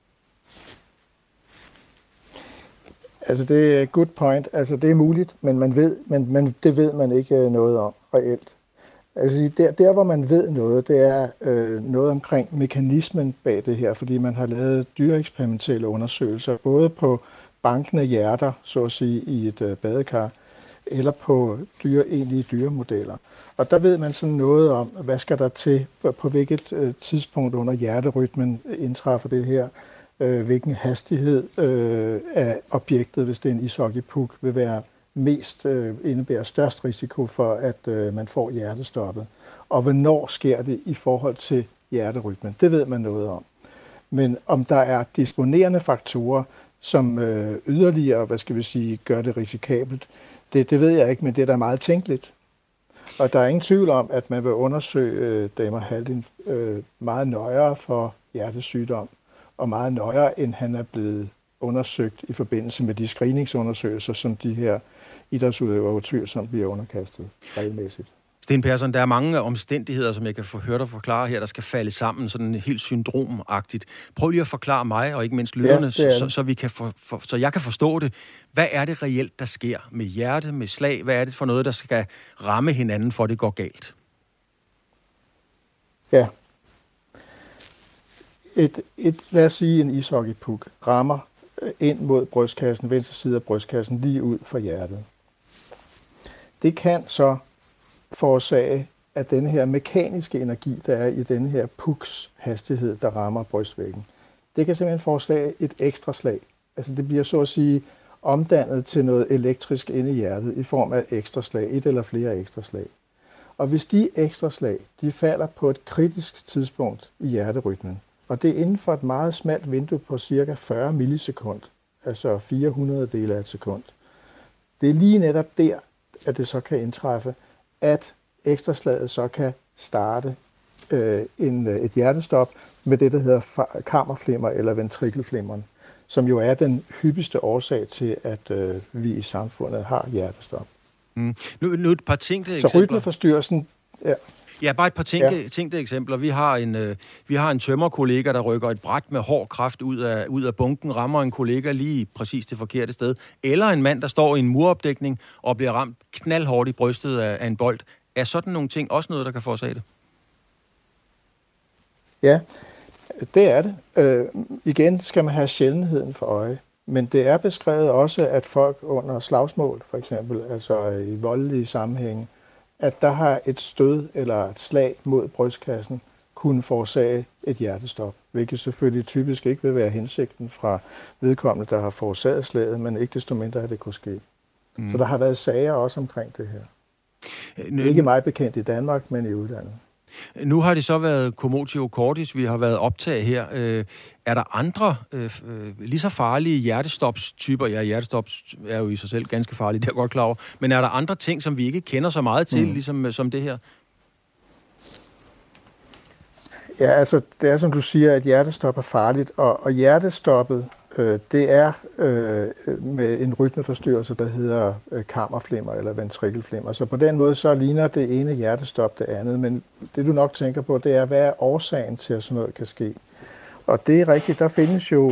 Altså, det er et good point. Altså, det er muligt, men det ved man ikke noget om reelt. Altså, der hvor man ved noget, det er noget omkring mekanismen bag det her, fordi man har lavet dyreeksperimentelle undersøgelser, både på bankende hjerter, så at sige, i et badekar, eller på egentlige dyremodeller. Og der ved man sådan noget om, hvad skal der til, på hvilket tidspunkt under hjerterytmen indtræffer det her, hvilken hastighed af objektet, hvis det er en ishockeypuk, vil være indebærer størst risiko for, at man får hjertestoppet. Og hvornår sker det i forhold til hjerterytmen? Det ved man noget om. Men om der er disponerende faktorer, som yderligere, gør det risikabelt, det ved jeg ikke, men det er da meget tænkeligt. Og der er ingen tvivl om, at man vil undersøge Damon Haldin meget nøjere for hjertesygdom, og meget nøjere, end han er blevet undersøgt i forbindelse med de screeningsundersøgelser, som de her idrætsudøvere utvivlsomt bliver underkastet regelmæssigt. Sten Persson, der er mange omstændigheder, som jeg kan få hørt og forklare her, der skal falde sammen, sådan helt syndromagtigt. Prøv lige at forklare mig, og ikke mindst lytterne, så jeg kan forstå det. Hvad er det reelt, der sker med hjerte, med slag? Hvad er det for noget, der skal ramme hinanden, for det går galt? Ja. Lad os sige, en ishockeypuk rammer ind mod brystkassen, venstre side af brystkassen, lige ud for hjertet. Det kan så forårsage, at denne her mekaniske energi, der er i denne her puks hastighed, der rammer brystvæggen, det kan simpelthen forårsage et ekstra slag. Altså det bliver så at sige omdannet til noget elektrisk inde i hjertet i form af ekstra slag, et eller flere ekstra slag. Og hvis de ekstra slag, de falder på et kritisk tidspunkt i hjerterytmen, og det er inden for et meget smalt vindue på cirka 40 millisekund, altså 400 dele af et sekund. Det er lige netop der, at det så kan indtræffe, at ekstraslaget så kan starte et hjertestop med det, der hedder kammerflimmer eller ventrikelflimmeren, som jo er den hyppigste årsag til, at vi i samfundet har hjertestop. Mm. Nu et par tænkte eksempler. Så rytmeforstyrrelsen... Ja. Ja, bare et par tænkte eksempler. Vi har en tømmerkollega, der rykker et bræt med hård kraft ud af bunken, rammer en kollega lige præcis det forkerte sted. Eller en mand, der står i en muropdækning og bliver ramt knaldhårdt i brystet af en bold. Er sådan nogle ting også noget, der kan forårsage det? Ja, det er det. Igen skal man have sjældenheden for øje. Men det er beskrevet også, at folk under slagsmål, for eksempel, altså i voldelige sammenhænge, at der har et stød eller et slag mod brystkassen kunne forårsage et hjertestop, hvilket selvfølgelig typisk ikke vil være hensigten fra vedkommende, der har forårsaget slaget, men ikke desto mindre, at det kunne ske. Så der har været sager også omkring det her. Ikke meget bekendt i Danmark, men i udlandet. Nu har det så været commotio cordis, vi har været optaget her. Er der andre lige så farlige hjertestopstyper? Ja, hjertestops er jo i sig selv ganske farlige, det er jeg godt klar over. Men er der andre ting, som vi ikke kender så meget til, ligesom som det her? Ja, altså det er som du siger, at hjertestop er farligt, og hjertestoppet, det er med en rytmeforstyrrelse, der hedder kammerflimmer eller ventrikelflimmer. Så på den måde så ligner det ene hjertestop det andet, men det du nok tænker på, det er, hvad er årsagen til, at sådan noget kan ske. Og det er rigtigt, der findes jo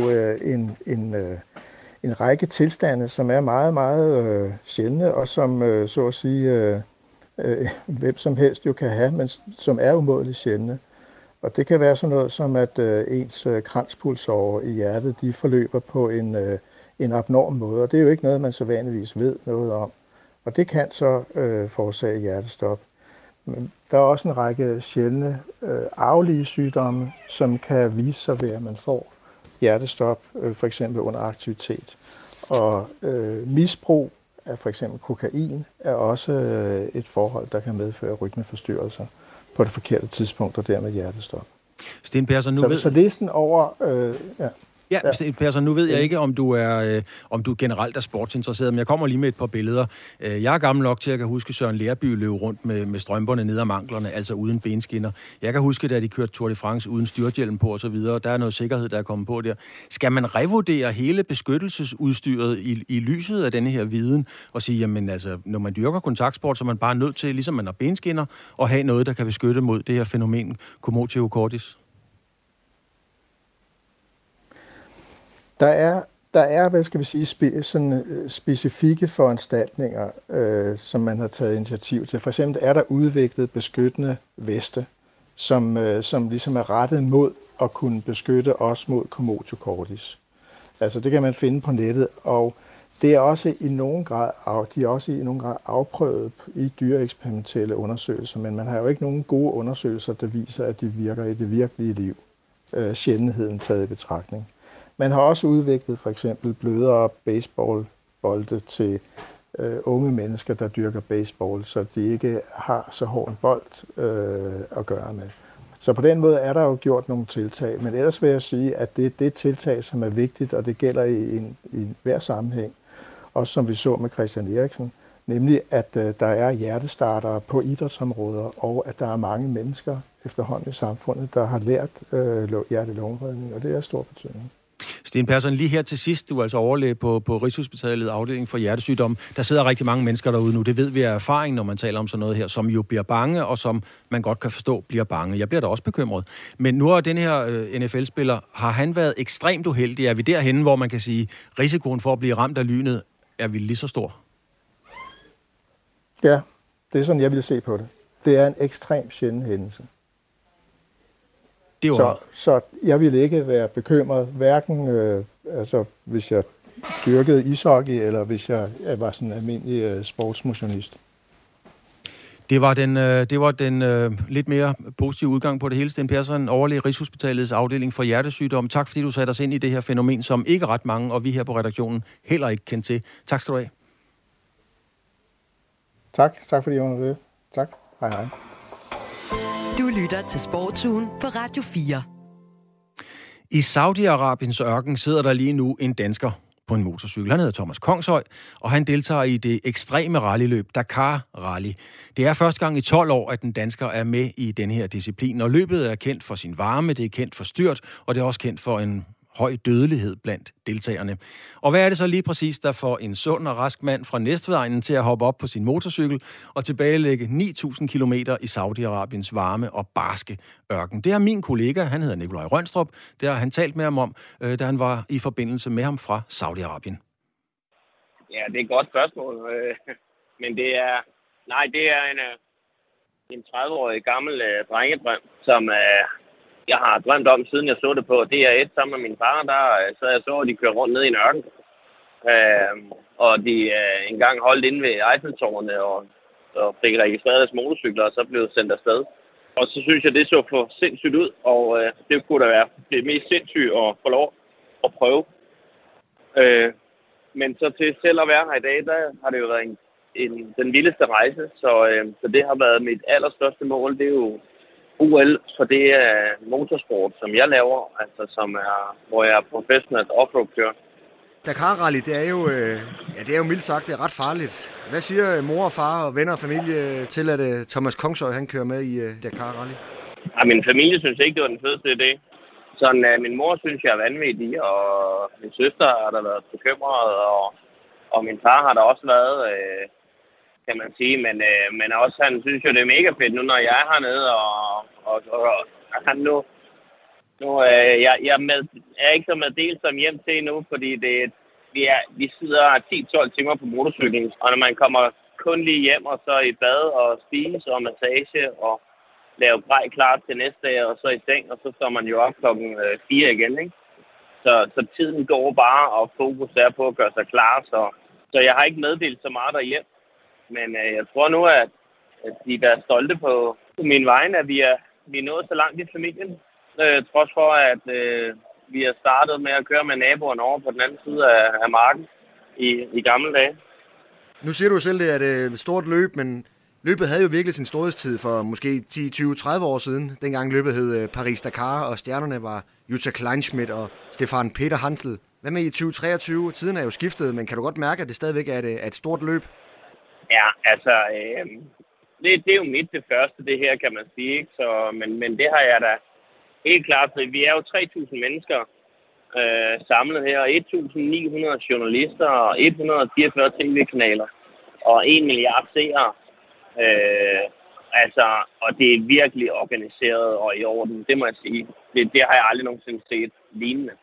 en række tilstande, som er meget, meget sjældne, og som så at sige hvem som helst jo kan have, men som er umådeligt sjældne. Og det kan være sådan noget som, at ens kranspulsårer i hjertet, de forløber på en abnorm måde. Og det er jo ikke noget, man så vanligvis ved noget om. Og det kan så forårsage hjertestop. Men der er også en række sjældne arvelige sygdomme, som kan vise sig ved, at man får hjertestop, for eksempel under aktivitet. Og misbrug af for eksempel kokain er også et forhold, der kan medføre rytmeforstyrrelser på det forkerte tidspunkt, og dermed hjertestop. Sten Persson, så listen over... Ja, Sten Persson, nu ved jeg ikke, om du generelt er sportsinteresseret, men jeg kommer lige med et par billeder. Jeg er gammel nok til, at jeg kan huske Søren Lerby løb rundt med strømperne ned ad manglerne, altså uden benskinner. Jeg kan huske, da de kørte Tour de France uden styrthjelm på osv. Der er noget sikkerhed, der er kommet på der. Skal man revurdere hele beskyttelsesudstyret i lyset af denne her viden og sige, jamen altså, når man dyrker kontaktsport, så er man bare nødt til, ligesom man har benskinner, at have noget, der kan beskytte mod det her fænomen commotio cordis? Der er, hvad skal vi sige, sådan specifikke foranstaltninger, som man har taget initiativ til. For eksempel er der udviklet beskyttende veste, som ligesom er rettet mod at kunne beskytte os mod commotio cordis. Altså det kan man finde på nettet, og det er også i nogen grad afprøvet i dyreeksperimentelle undersøgelser, men man har jo ikke nogen gode undersøgelser, der viser, at de virker i det virkelige liv. Sjældenheden taget i betragtning. Man har også udviklet for eksempel blødere baseballbolde til unge mennesker, der dyrker baseball, så de ikke har så hård en bold at gøre med. Så på den måde er der jo gjort nogle tiltag, men ellers vil jeg sige, at det er det tiltag, som er vigtigt, og det gælder i hver sammenhæng, også som vi så med Christian Eriksen, nemlig at der er hjertestartere på idrætsområder, og at der er mange mennesker efterhånden i samfundet, der har lært hjerte-lungeredning, og det er stor betydning. Sten Persson, lige her til sidst, du er altså overlæge på Rigshospitalet, afdeling for hjertesygdomme. Der sidder rigtig mange mennesker derude nu. Det ved vi af erfaring, når man taler om sådan noget her, som jo bliver bange, og som man godt kan forstå bliver bange. Jeg bliver da også bekymret. Men nu er den her NFL-spiller, har han været ekstremt uheldig? Er vi derhenne, hvor man kan sige, risikoen for at blive ramt af lynet, er vi lige så stor? Ja, det er sådan, jeg vil se på det. Det er en ekstremt sjælden hændelse. Så jeg ville ikke være bekymret, hverken hvis jeg dyrkede ishockey, eller hvis jeg var sådan en almindelig sportsmotionist. Det var den lidt mere positive udgang på det hele. Sten Persson, overlæge Rigshospitalets afdeling for hjertesygdom. Tak fordi du satte os ind i det her fænomen, som ikke ret mange, og vi her på redaktionen heller ikke kendt til. Tak skal du have. Tak fordi jeg var med. Tak. Hej. Du lytter til Sportsugen på Radio 4. I Saudi-Arabiens ørken sidder der lige nu en dansker på en motorcykel. Han hedder Thomas Kongshøj, og han deltager i det ekstreme rallyløb Dakar Rally. Det er første gang i 12 år, at en dansker er med i den her disciplin, og løbet er kendt for sin varme, det er kendt for styrt, og det er også kendt for en høj dødelighed blandt deltagerne. Og hvad er det så lige præcis, der får en sund og rask mand fra Næstved-egnen til at hoppe op på sin motorcykel og tilbagelægge 9.000 kilometer i Saudi-Arabiens varme og barske ørken? Det har min kollega, han hedder Nikolaj Rønstrup, det har han talt med ham om, da han var i forbindelse med ham fra Saudi-Arabien. Ja, det er et godt spørgsmål, men det er en 30-årig gammel drengedrøm, som jeg har drømt om, siden jeg så det på DR1 sammen med min far. Der så jeg så, at de kører rundt ned i en ørken. Og de engang holdt inde ved Eiffeltårnet og fik registreret deres motorcykler, og så blev sendt afsted. Og så synes jeg, det så for sindssygt ud, og det kunne da være det mest sindssygt at få lov at prøve. Men så til selv at være her i dag, der har det jo været den vildeste rejse, så det har været mit allerstørste mål. Det er jo OL, for det er motorsport, som jeg laver, altså hvor jeg er professionel offroad-kører. Dakar Rally, det er jo mildt sagt, det er ret farligt. Hvad siger mor og far og venner og familie til, at Thomas Kongshøj, han kører med i Dakar Rally? Ja, min familie synes ikke, det var den fedeste idé. Sådan, min mor synes, jeg er vanvittig, og min søster har der været bekymret, og min far har der også været, kan man sige. Men også han synes jo, det er mega fedt nu, når jeg er hernede, og han nu jeg er ikke så meddelt som hjem til endnu, fordi vi sidder 10-12 timer på motorcyklen, og når man kommer kun lige hjem, og så i bad og spise og massage og lave grej klar til næste dag, og så i seng, og så står man jo op klokken 4 igen, ikke? Så tiden går bare, og fokus er på at gøre sig klar, så jeg har ikke meddelt så meget derhjemme. Men jeg tror nu, at de er stolte på min vegne, at vi er nået så langt i familien. Trods for, at vi har startet med at køre med naboerne over på den anden side af marken i gamle dage. Nu siger du selv, det er et stort løb, men løbet havde jo virkelig sin storhedstid for måske 10, 20, 30 år siden. Dengang løbet hed Paris-Dakar, og stjernerne var Jutta Kleinschmidt og Stefan Peter Hansel. Hvad med i 2023? Tiden er jo skiftet, men kan du godt mærke, at det stadigvæk er et stort løb? Ja, altså, det er jo det første, det her, kan man sige, ikke? Men det har jeg da helt klart. Vi er jo 3.000 mennesker samlet her, 1.900 journalister og 144 tv-kanaler og 1 milliard seere. Og det er virkelig organiseret og i orden, det må jeg sige. Det har jeg aldrig nogensinde set lignende.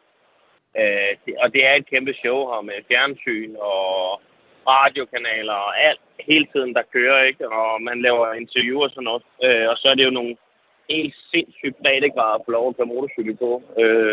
Og det er et kæmpe show her med fjernsyn og radiokanaler og alt hele tiden, der kører, ikke? Og man laver interviewer og sådan noget. Og så er det jo nogle helt sindssygt breddegrader at få lov at køre motorcykel på.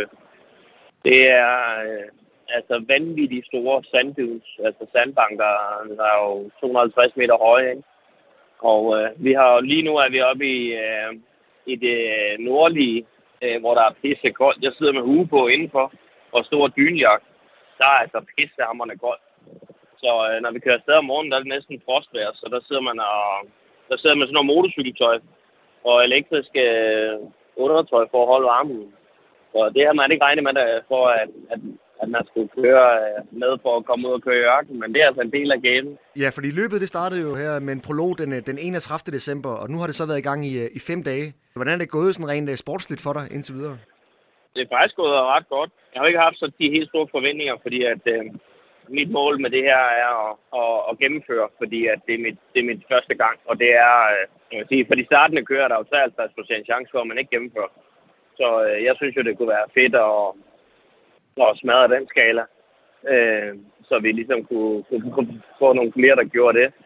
Det er vanvittigt store sanddunes, altså sandbanker, der er jo 250 meter høje, ikke? Og lige nu er vi oppe i det nordlige, hvor der er pisse koldt. Jeg sidder med hue på indenfor og stor dynejagt. Der er altså pissehamrende koldt. Så når vi kører afsted om morgenen, der er det næsten frostvejr, så der sidder man med sådan noget motorcykeltøj og elektrisk undertøj for at holde varmen. Så det har man ikke regnet med, for at man skulle køre med for at komme ud og køre i ørken, men det er altså en del af gamen. Ja, fordi løbet det startede jo her med en prolog den 31. december, og nu har det så været i gang i 5 dage. Hvordan er det gået sådan rent sportsligt for dig indtil videre? Det er faktisk gået ret godt. Jeg har ikke haft så de helt store forventninger, fordi at mit mål med det her er at gennemføre, fordi at det er mit første gang, og det er, jeg vil sige, for de startende kører der jo 53% chance for, at man ikke gennemfører. Så jeg synes jo, det kunne være fedt at smadre den skala, så vi ligesom kunne få nogle flere, der gjorde det.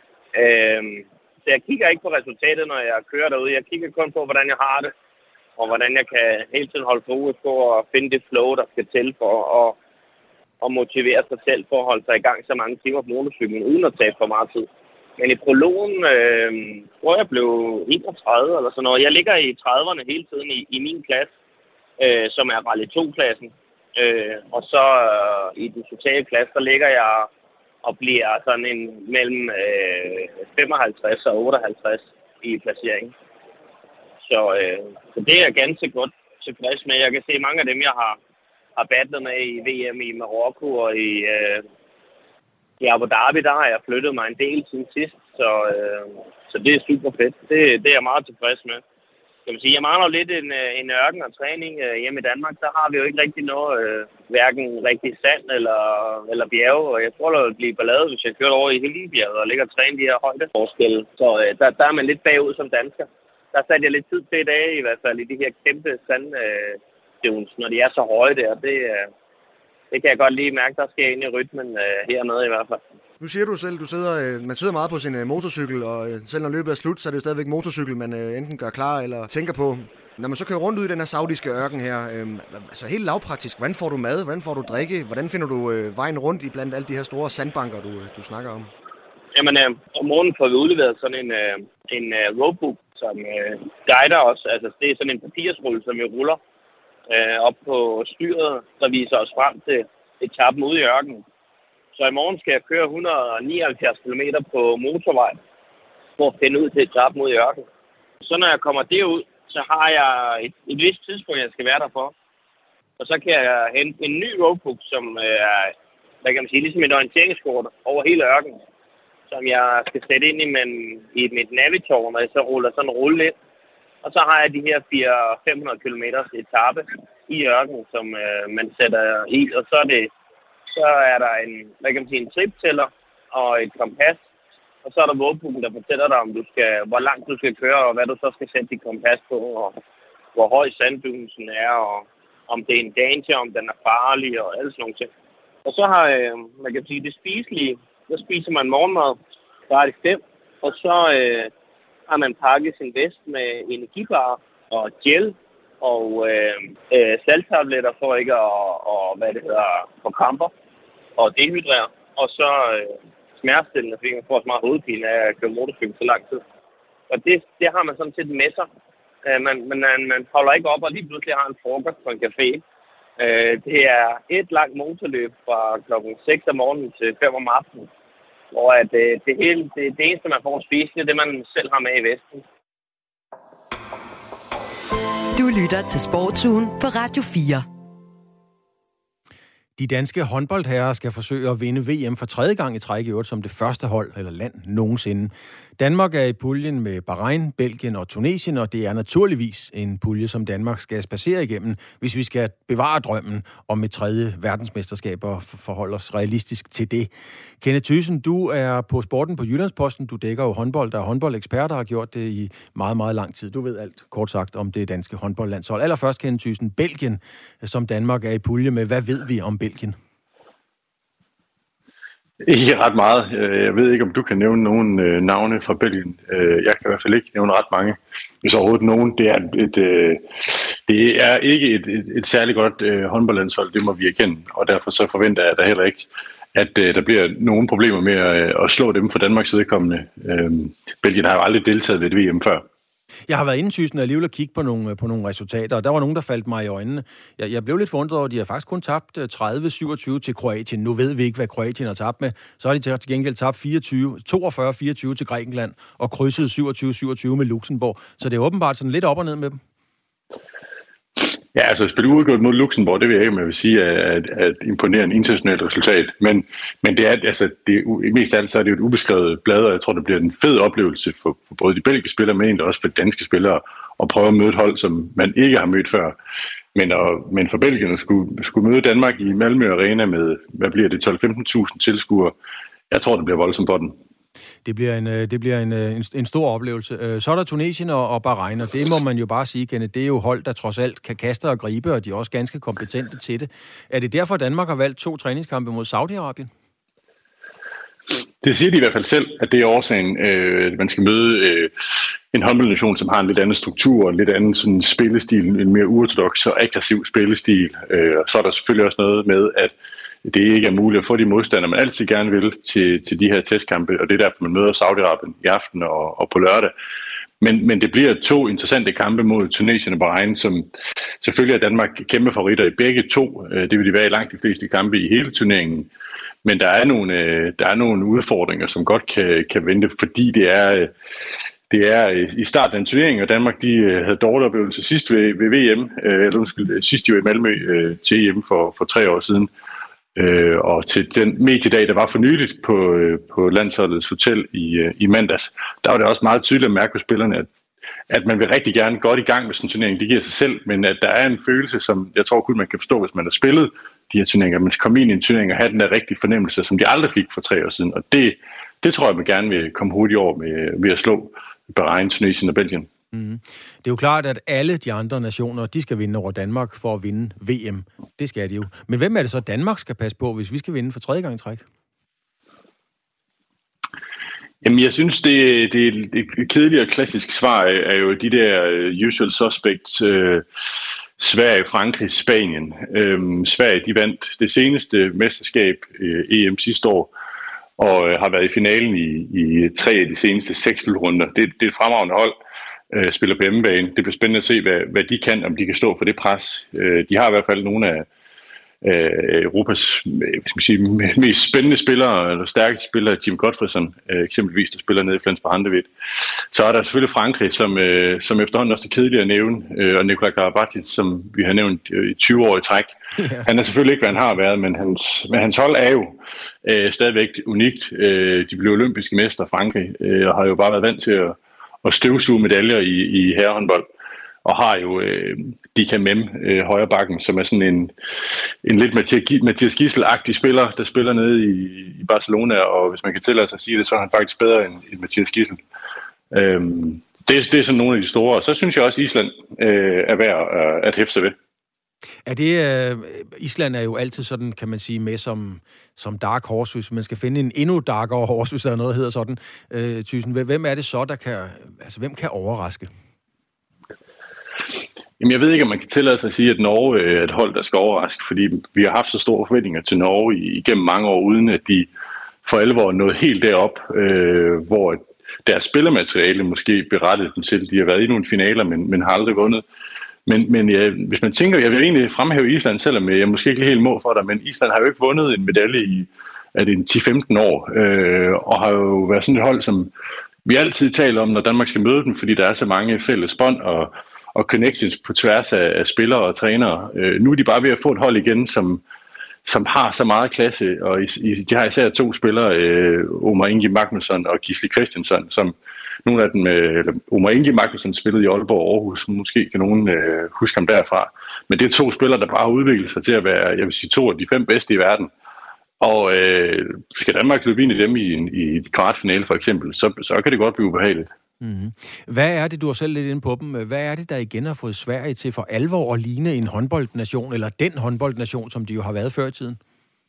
Så jeg kigger ikke på resultatet, når jeg kører derude. Jeg kigger kun på, hvordan jeg har det, og hvordan jeg kan hele tiden holde fokus på at finde det flow, der skal til for at motivere sig selv for at holde sig i gang så mange timer på motorcyklen, uden at tabe for meget tid. Men i prologen tror jeg blev 31 eller sådan noget. Jeg ligger i 30'erne hele tiden i min klasse, som er Rally 2-klassen. Og så i den totale klasse, der ligger jeg og bliver sådan en mellem 55 og 58 i placeringen. Så det er jeg ganske godt tilfreds med. Jeg kan se mange af dem, jeg har battlet med i VM i Marokko og i Abu Dhabi, der har jeg flyttet mig en del siden sidst. Så det er super fedt. Det er jeg meget tilfreds med. Kan man sige, jeg mangler lidt en ørken og træning hjemme i Danmark. Der har vi jo ikke rigtig noget, hverken rigtig sand eller bjerge. Og jeg tror, der vil blive ballade, hvis jeg kører over i Himmelbjerget og ligger og træner de her højdeforskelle. Så der er man lidt bagud som dansker. Der satte jeg lidt tid til i dag, i hvert fald i de her kæmpe sanddunes, når de er så høje der. Det kan jeg godt lige mærke, der skal ind i rytmen hernede i hvert fald. Nu siger du selv, man sidder meget på sin motorcykel, og selv når løbet er slut, så er det jo stadigvæk motorcykel, man enten gør klar eller tænker på. Når man så kører rundt ud i den her saudiske ørken her, altså helt lavpraktisk, hvordan får du mad, hvordan får du drikke, hvordan finder du vejen rundt i blandt alle de her store sandbanker, du snakker om? Jamen, om morgenen får vi udleveret sådan en roadbook, som guider os. Altså, det er sådan en papirsrulle, som vi ruller op på styret, der viser os frem til etappen ude i ørkenen. Så i morgen skal jeg køre 179 km på motorvej for at finde ud til etappen ude i ørkenen. Så når jeg kommer derud, så har jeg et vist tidspunkt, jeg skal være der for. Og så kan jeg hente en ny roadbook, som er, hvad kan man sige, ligesom et orienteringskort over hele ørkenen, som jeg skal sætte ind i mit navitårn, og så ruller sådan en rulle ind. Og så har jeg de her 400-500 km etape i ørkenen, som man sætter i. Og så er der en triptæller og et kompas. Og så er der vågbooken, der fortæller dig, hvor langt du skal køre, og hvad du så skal sætte dit kompas på, og hvor høj sanddynelsen er, og om det er en danger, om den er farlig, og alle sådan nogle ting. Og så har det spiselige. Så spiser man morgenmad, der er det 5, og så har man pakket sin vest med energibar og gel og salttabletter for ikke at få kramper og dehydrere, og så smertestillende, fordi man får så meget hovedpine af at køre motorcykel så lang tid. Og det har man sådan set med sig. Man holder ikke op og lige pludselig har en frokost på en café. Det er et langt motorløb fra klokken 6 om morgenen til 5 om aftenen. Hvor det eneste, man får at spise, det er det, man selv har med i vesten. Du lytter til Sportsugen på Radio 4. De danske håndboldherrer skal forsøge at vinde VM for tredje gang i træk, i øvrigt som det første hold eller land nogensinde. Danmark er i puljen med Bahrain, Belgien og Tunesien, og det er naturligvis en pulje, som Danmark skal spacere igennem, hvis vi skal bevare drømmen om et tredje verdensmesterskab og forholde os realistisk til det. Kenneth Thyssen, du er på Sporten på Jyllandsposten. Du dækker jo håndbold, der er håndboldeksperter, har gjort det i meget, meget lang tid. Du ved alt, kort sagt, om det danske håndboldlandshold. Allerførst, Kenneth Thyssen, Belgien, som Danmark er i pulje med. Hvad ved vi om Belgien? Ikke ret meget. Jeg ved ikke, om du kan nævne nogen navne fra Belgien. Jeg kan i hvert fald ikke nævne ret mange. Hvis overhovedet nogen. Det er ikke et særligt godt håndboldlandshold, det må vi erkende. Og derfor så forventer jeg da heller ikke, at der bliver nogen problemer med at slå dem for Danmarks vedkommende. Belgien har jo aldrig deltaget ved et VM før. Jeg har været inde Thyssen og alligevel at kigge på nogle resultater, og der var nogen, der faldt mig i øjnene. Jeg blev lidt forundret over, at de har faktisk kun tabt 30-27 til Kroatien. Nu ved vi ikke, hvad Kroatien har tabt med. Så har de til gengæld tabt 42-24 til Grækenland og krydset 27-27 med Luxembourg. Så det er åbenbart sådan lidt op og ned med dem. Ja, altså spille uafgjort mod Luxembourg, det vil jeg ikke, om jeg vil sige, er et imponerende internationalt resultat. Men det er, altså, mest af alt så er det jo et ubeskrevet blad, og jeg tror, det bliver en fed oplevelse for både de belgiske spillere, men også for de danske spillere, at prøve at møde et hold, som man ikke har mødt før. Men for Belgien at skulle møde Danmark i Malmø Arena med, hvad bliver det, 12-15.000 tilskuere, jeg tror, det bliver voldsomt på den. Det bliver en stor oplevelse. Så er der Tunesien og Bahrain, og det må man jo bare sige, Kenneth, det er jo hold, der trods alt kan kaste og gribe, og de er også ganske kompetente til det. Er det derfor, Danmark har valgt 2 træningskampe mod Saudi-Arabien? Det siger de i hvert fald selv, at det er årsagen, at man skal møde en håndboldnation, som har en lidt anden struktur, en lidt anden sådan spillestil, en mere uortodoks og aggressiv spillestil. Og så er der selvfølgelig også noget med, at det ikke er muligt at få de modstandere, man altid gerne vil til de her testkampe, og det er derfor, man møder Saudi-Arabien i aften og på lørdag. Men det bliver 2 interessante kampe mod Tunesien og Bahrain, som selvfølgelig er Danmark kæmpe favoritter i begge 2. Det vil de være i langt de fleste kampe i hele turneringen. Men der er nogle udfordringer, som godt kan vente, fordi det er i starten af en turnering, og Danmark de havde dårlig oplevelse sidst ved VM, sidst jo i Malmø til EM for 3 år siden. Og til den mediedag, der var for nyligt på landsholdets hotel i mandags, der var det også meget tydeligt at mærke på spillerne, at man vil rigtig gerne godt i gang med sådan en turnering. Det giver sig selv, men at der er en følelse, som jeg tror kun man kan forstå, hvis man har spillet de her turneringer. Man skal komme ind i en turnering og have den der rigtige fornemmelse, som de aldrig fik for 3 år siden. Og det tror jeg, man gerne vil komme hurtigt over ved at slå Bahrain, Tunesien og Belgien. Mm. Det er jo klart, at alle de andre nationer, de skal vinde over Danmark for at vinde VM. Det skal de jo. Men hvem er det så, Danmark skal passe på, hvis vi skal vinde for 3. gang i træk? Jamen, jeg synes, det kedelige og klassiske svar er jo de der usual suspects, Sverige, Frankrig, Spanien. Sverige, de vandt det seneste mesterskab, EM sidste år, og har været i finalen i 3 af de seneste 6 slutrunder. Det er et fremragende hold. spiller på hjemmebane. Det bliver spændende at se, hvad de kan, om de kan stå for det pres. De har i hvert fald nogle af Europas mest spændende spillere, eller stærkeste spillere, Jim Gottfriedson eksempelvis, der spiller nede i Flensborg Handewitt. Så er der selvfølgelig Frankrig, som efterhånden også er kedelig at nævne, og Nikolaj Karabatic, som vi har nævnt i 20 år i træk. Yeah. Han er selvfølgelig ikke, hvad han har været, men hans hold er jo stadigvæk unikt. De blev olympiske mestre Frankrig, og har jo bare været vant til at støvsuge medaljer i herrehåndbold. Og har jo Dika Mem, højre bakken, som er sådan en lidt Mathias Gidsel-agtig spiller, der spiller nede i Barcelona, og hvis man kan tillade sig at sige det, så er han faktisk bedre end Mathias Gidsel. Det er sådan nogle af de store, og så synes jeg også, at Island er værd at hæfte sig ved. Er det, Island er jo altid sådan, kan man sige, med som dark horse, hvis man skal finde en endnu darkere horse, hvis der er noget, der hedder sådan, Thyssen. Hvem er det så, der kan, altså hvem kan overraske? Jamen, jeg ved ikke, om man kan tillade sig at sige, at Norge er et hold, der skal overraske, fordi vi har haft så store forventninger til Norge igennem mange år, uden at de for alvor nåede helt derop, hvor deres spillermateriale måske berettede dem til. De har været i nogle finaler, men har aldrig vundet. Men hvis man tænker, jeg vil egentlig fremhæve Island, selvom jeg måske ikke helt må for dig, men Island har jo ikke vundet en medalje i 10-15 år, og har jo været sådan et hold, som vi altid taler om, når Danmark skal møde dem, fordi der er så mange fælles bånd og connections på tværs af spillere og trænere. Nu er de bare ved at få et hold igen, som har så meget klasse, og de har især 2 spillere, Omar Ingi Magnusson og Gisli Christiansen, som nogle af dem, Omar Ingi Magnusson spillede i Aalborg og Aarhus, måske kan nogen huske ham derfra. Men det er 2 spillere, der bare har udviklet sig til at være, jeg vil sige, 2 af de 5 bedste i verden. Og skal Danmark løbe ind i dem i et kvartfinale for eksempel, så kan det godt blive ubehageligt. Mm-hmm. Hvad er det, du er selv lidt inde på dem, hvad er det, der igen har fået Sverige til for alvor at ligne en håndboldnation, eller den håndboldnation, som de jo har været før i tiden?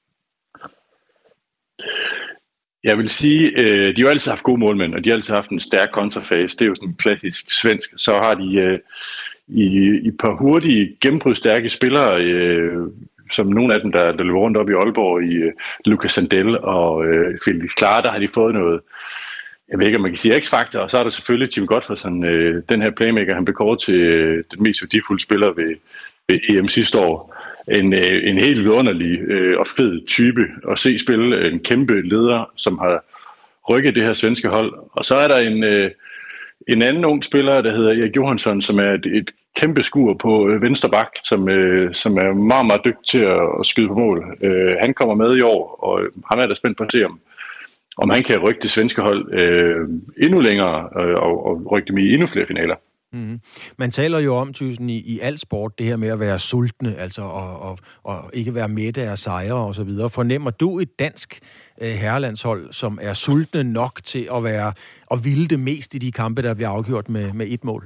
Jeg vil sige, de har jo altid haft gode målmænd, og de har altid haft en stærk kontrafase. Det er jo sådan klassisk svensk. Så har de i et par hurtige, gennembrudsstærke spillere, som nogle af dem, der løber rundt op i Aalborg, i Lukas Sandell og Felix Klar, der har de fået noget, jeg ved ikke, om man kan sige X-faktor, og så er der selvfølgelig Jim Gottfriedson, den her playmaker, han blev kåret til den mest værdifulde spiller ved EM sidste år. En helt vidunderlig og fed type at se spille, en kæmpe leder, som har rykket det her svenske hold. Og så er der en anden ung spiller, der hedder Erik Johansson, som er et kæmpe skur på venstre bak, som er meget, meget dygtig til at skyde på mål. Han kommer med i år, og han er da spændt på at se, om han kan rykke det svenske hold endnu længere og rykke dem i endnu flere finaler. Mm-hmm. Man taler jo om, Thyssen, i al sport, det her med at være sultne, altså og ikke være mætte af sejre og så videre. Fornemmer du et dansk herrelandshold, som er sultne nok til at ville det mest i de kampe, der bliver afgjort med 1 mål?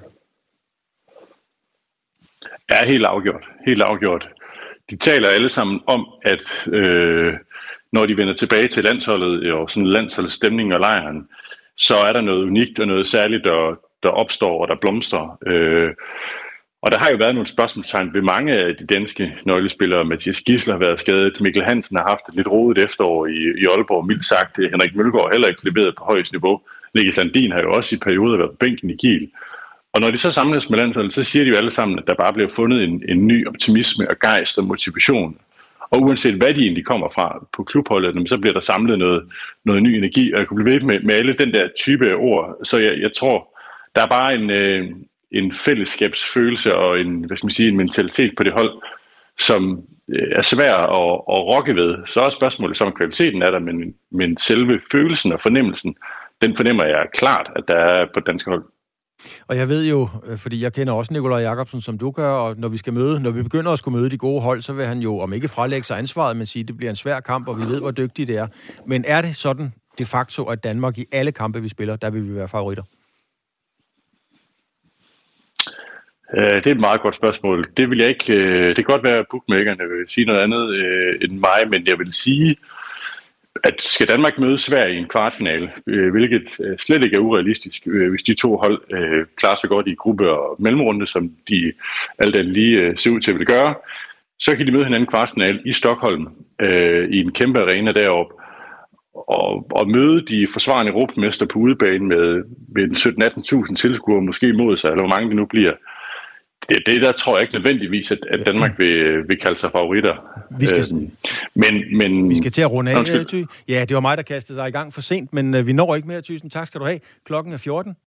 Ja, helt afgjort. Helt afgjort. De taler alle sammen om, at når de vender tilbage til landsholdet og sådan landsholdsstemning og lejren, så er der noget unikt og noget særligt, der opstår og der blomstrer. Og der har jo været nogle spørgsmålstegn ved mange af de danske nøglespillere. Mathias Gidsel har været skadet. Mikkel Hansen har haft et lidt rodet efterår i Aalborg, mildt sagt. Henrik Mølgaard heller ikke leveret på højst niveau. Niklas Landin har jo også i perioder været på bænken i Kiel. Og når de så samles med landsholdet, så siger de jo alle sammen, at der bare bliver fundet en ny optimisme og gejst og motivation. Og uanset hvad de egentlig kommer fra på klubholdet, så bliver der samlet noget ny energi. Og jeg kunne blive ved med alle den der type af ord. Så jeg tror, der er bare en fællesskabsfølelse og en mentalitet på det hold, som er svær at rokke ved. Så er spørgsmålet som kvaliteten er der, men selve følelsen og fornemmelsen, den fornemmer jeg klart, at der er på dansk hold. Og jeg ved jo, fordi jeg kender også Nikolaj Jakobsen, som du gør, og når vi begynder at skulle møde de gode hold, så vil han jo, om ikke frelægge sig ansvaret, men sige, at det bliver en svær kamp, og vi ved, hvor dygtige det er. Men er det sådan de facto, at Danmark i alle kampe, vi spiller, der vil vi være favoritter? Det er et meget godt spørgsmål. Det vil jeg ikke. Det kan godt være, at bookmakerne vil sige noget andet end mig, men jeg vil sige, at skal Danmark møde Sverige i en kvartfinale, hvilket slet ikke er urealistisk, hvis de 2 hold klarer sig godt i gruppe- og mellemrunde, som de alt andet lige ser ud til at ville gøre, så kan de møde hinanden i kvartfinale i Stockholm i en kæmpe arena deroppe. og møde de forsvarende europamester på udebane med 17-18.000 tilskuere måske mod sig, eller hvor mange det nu bliver. Det der tror jeg ikke nødvendigvis, at Danmark vil kalde sig favoritter. Vi skal til at runde af, Thy. Ja, det var mig, der kastede dig i gang for sent, men vi når ikke mere, Thyssen. Tak skal du have. Klokken er 14.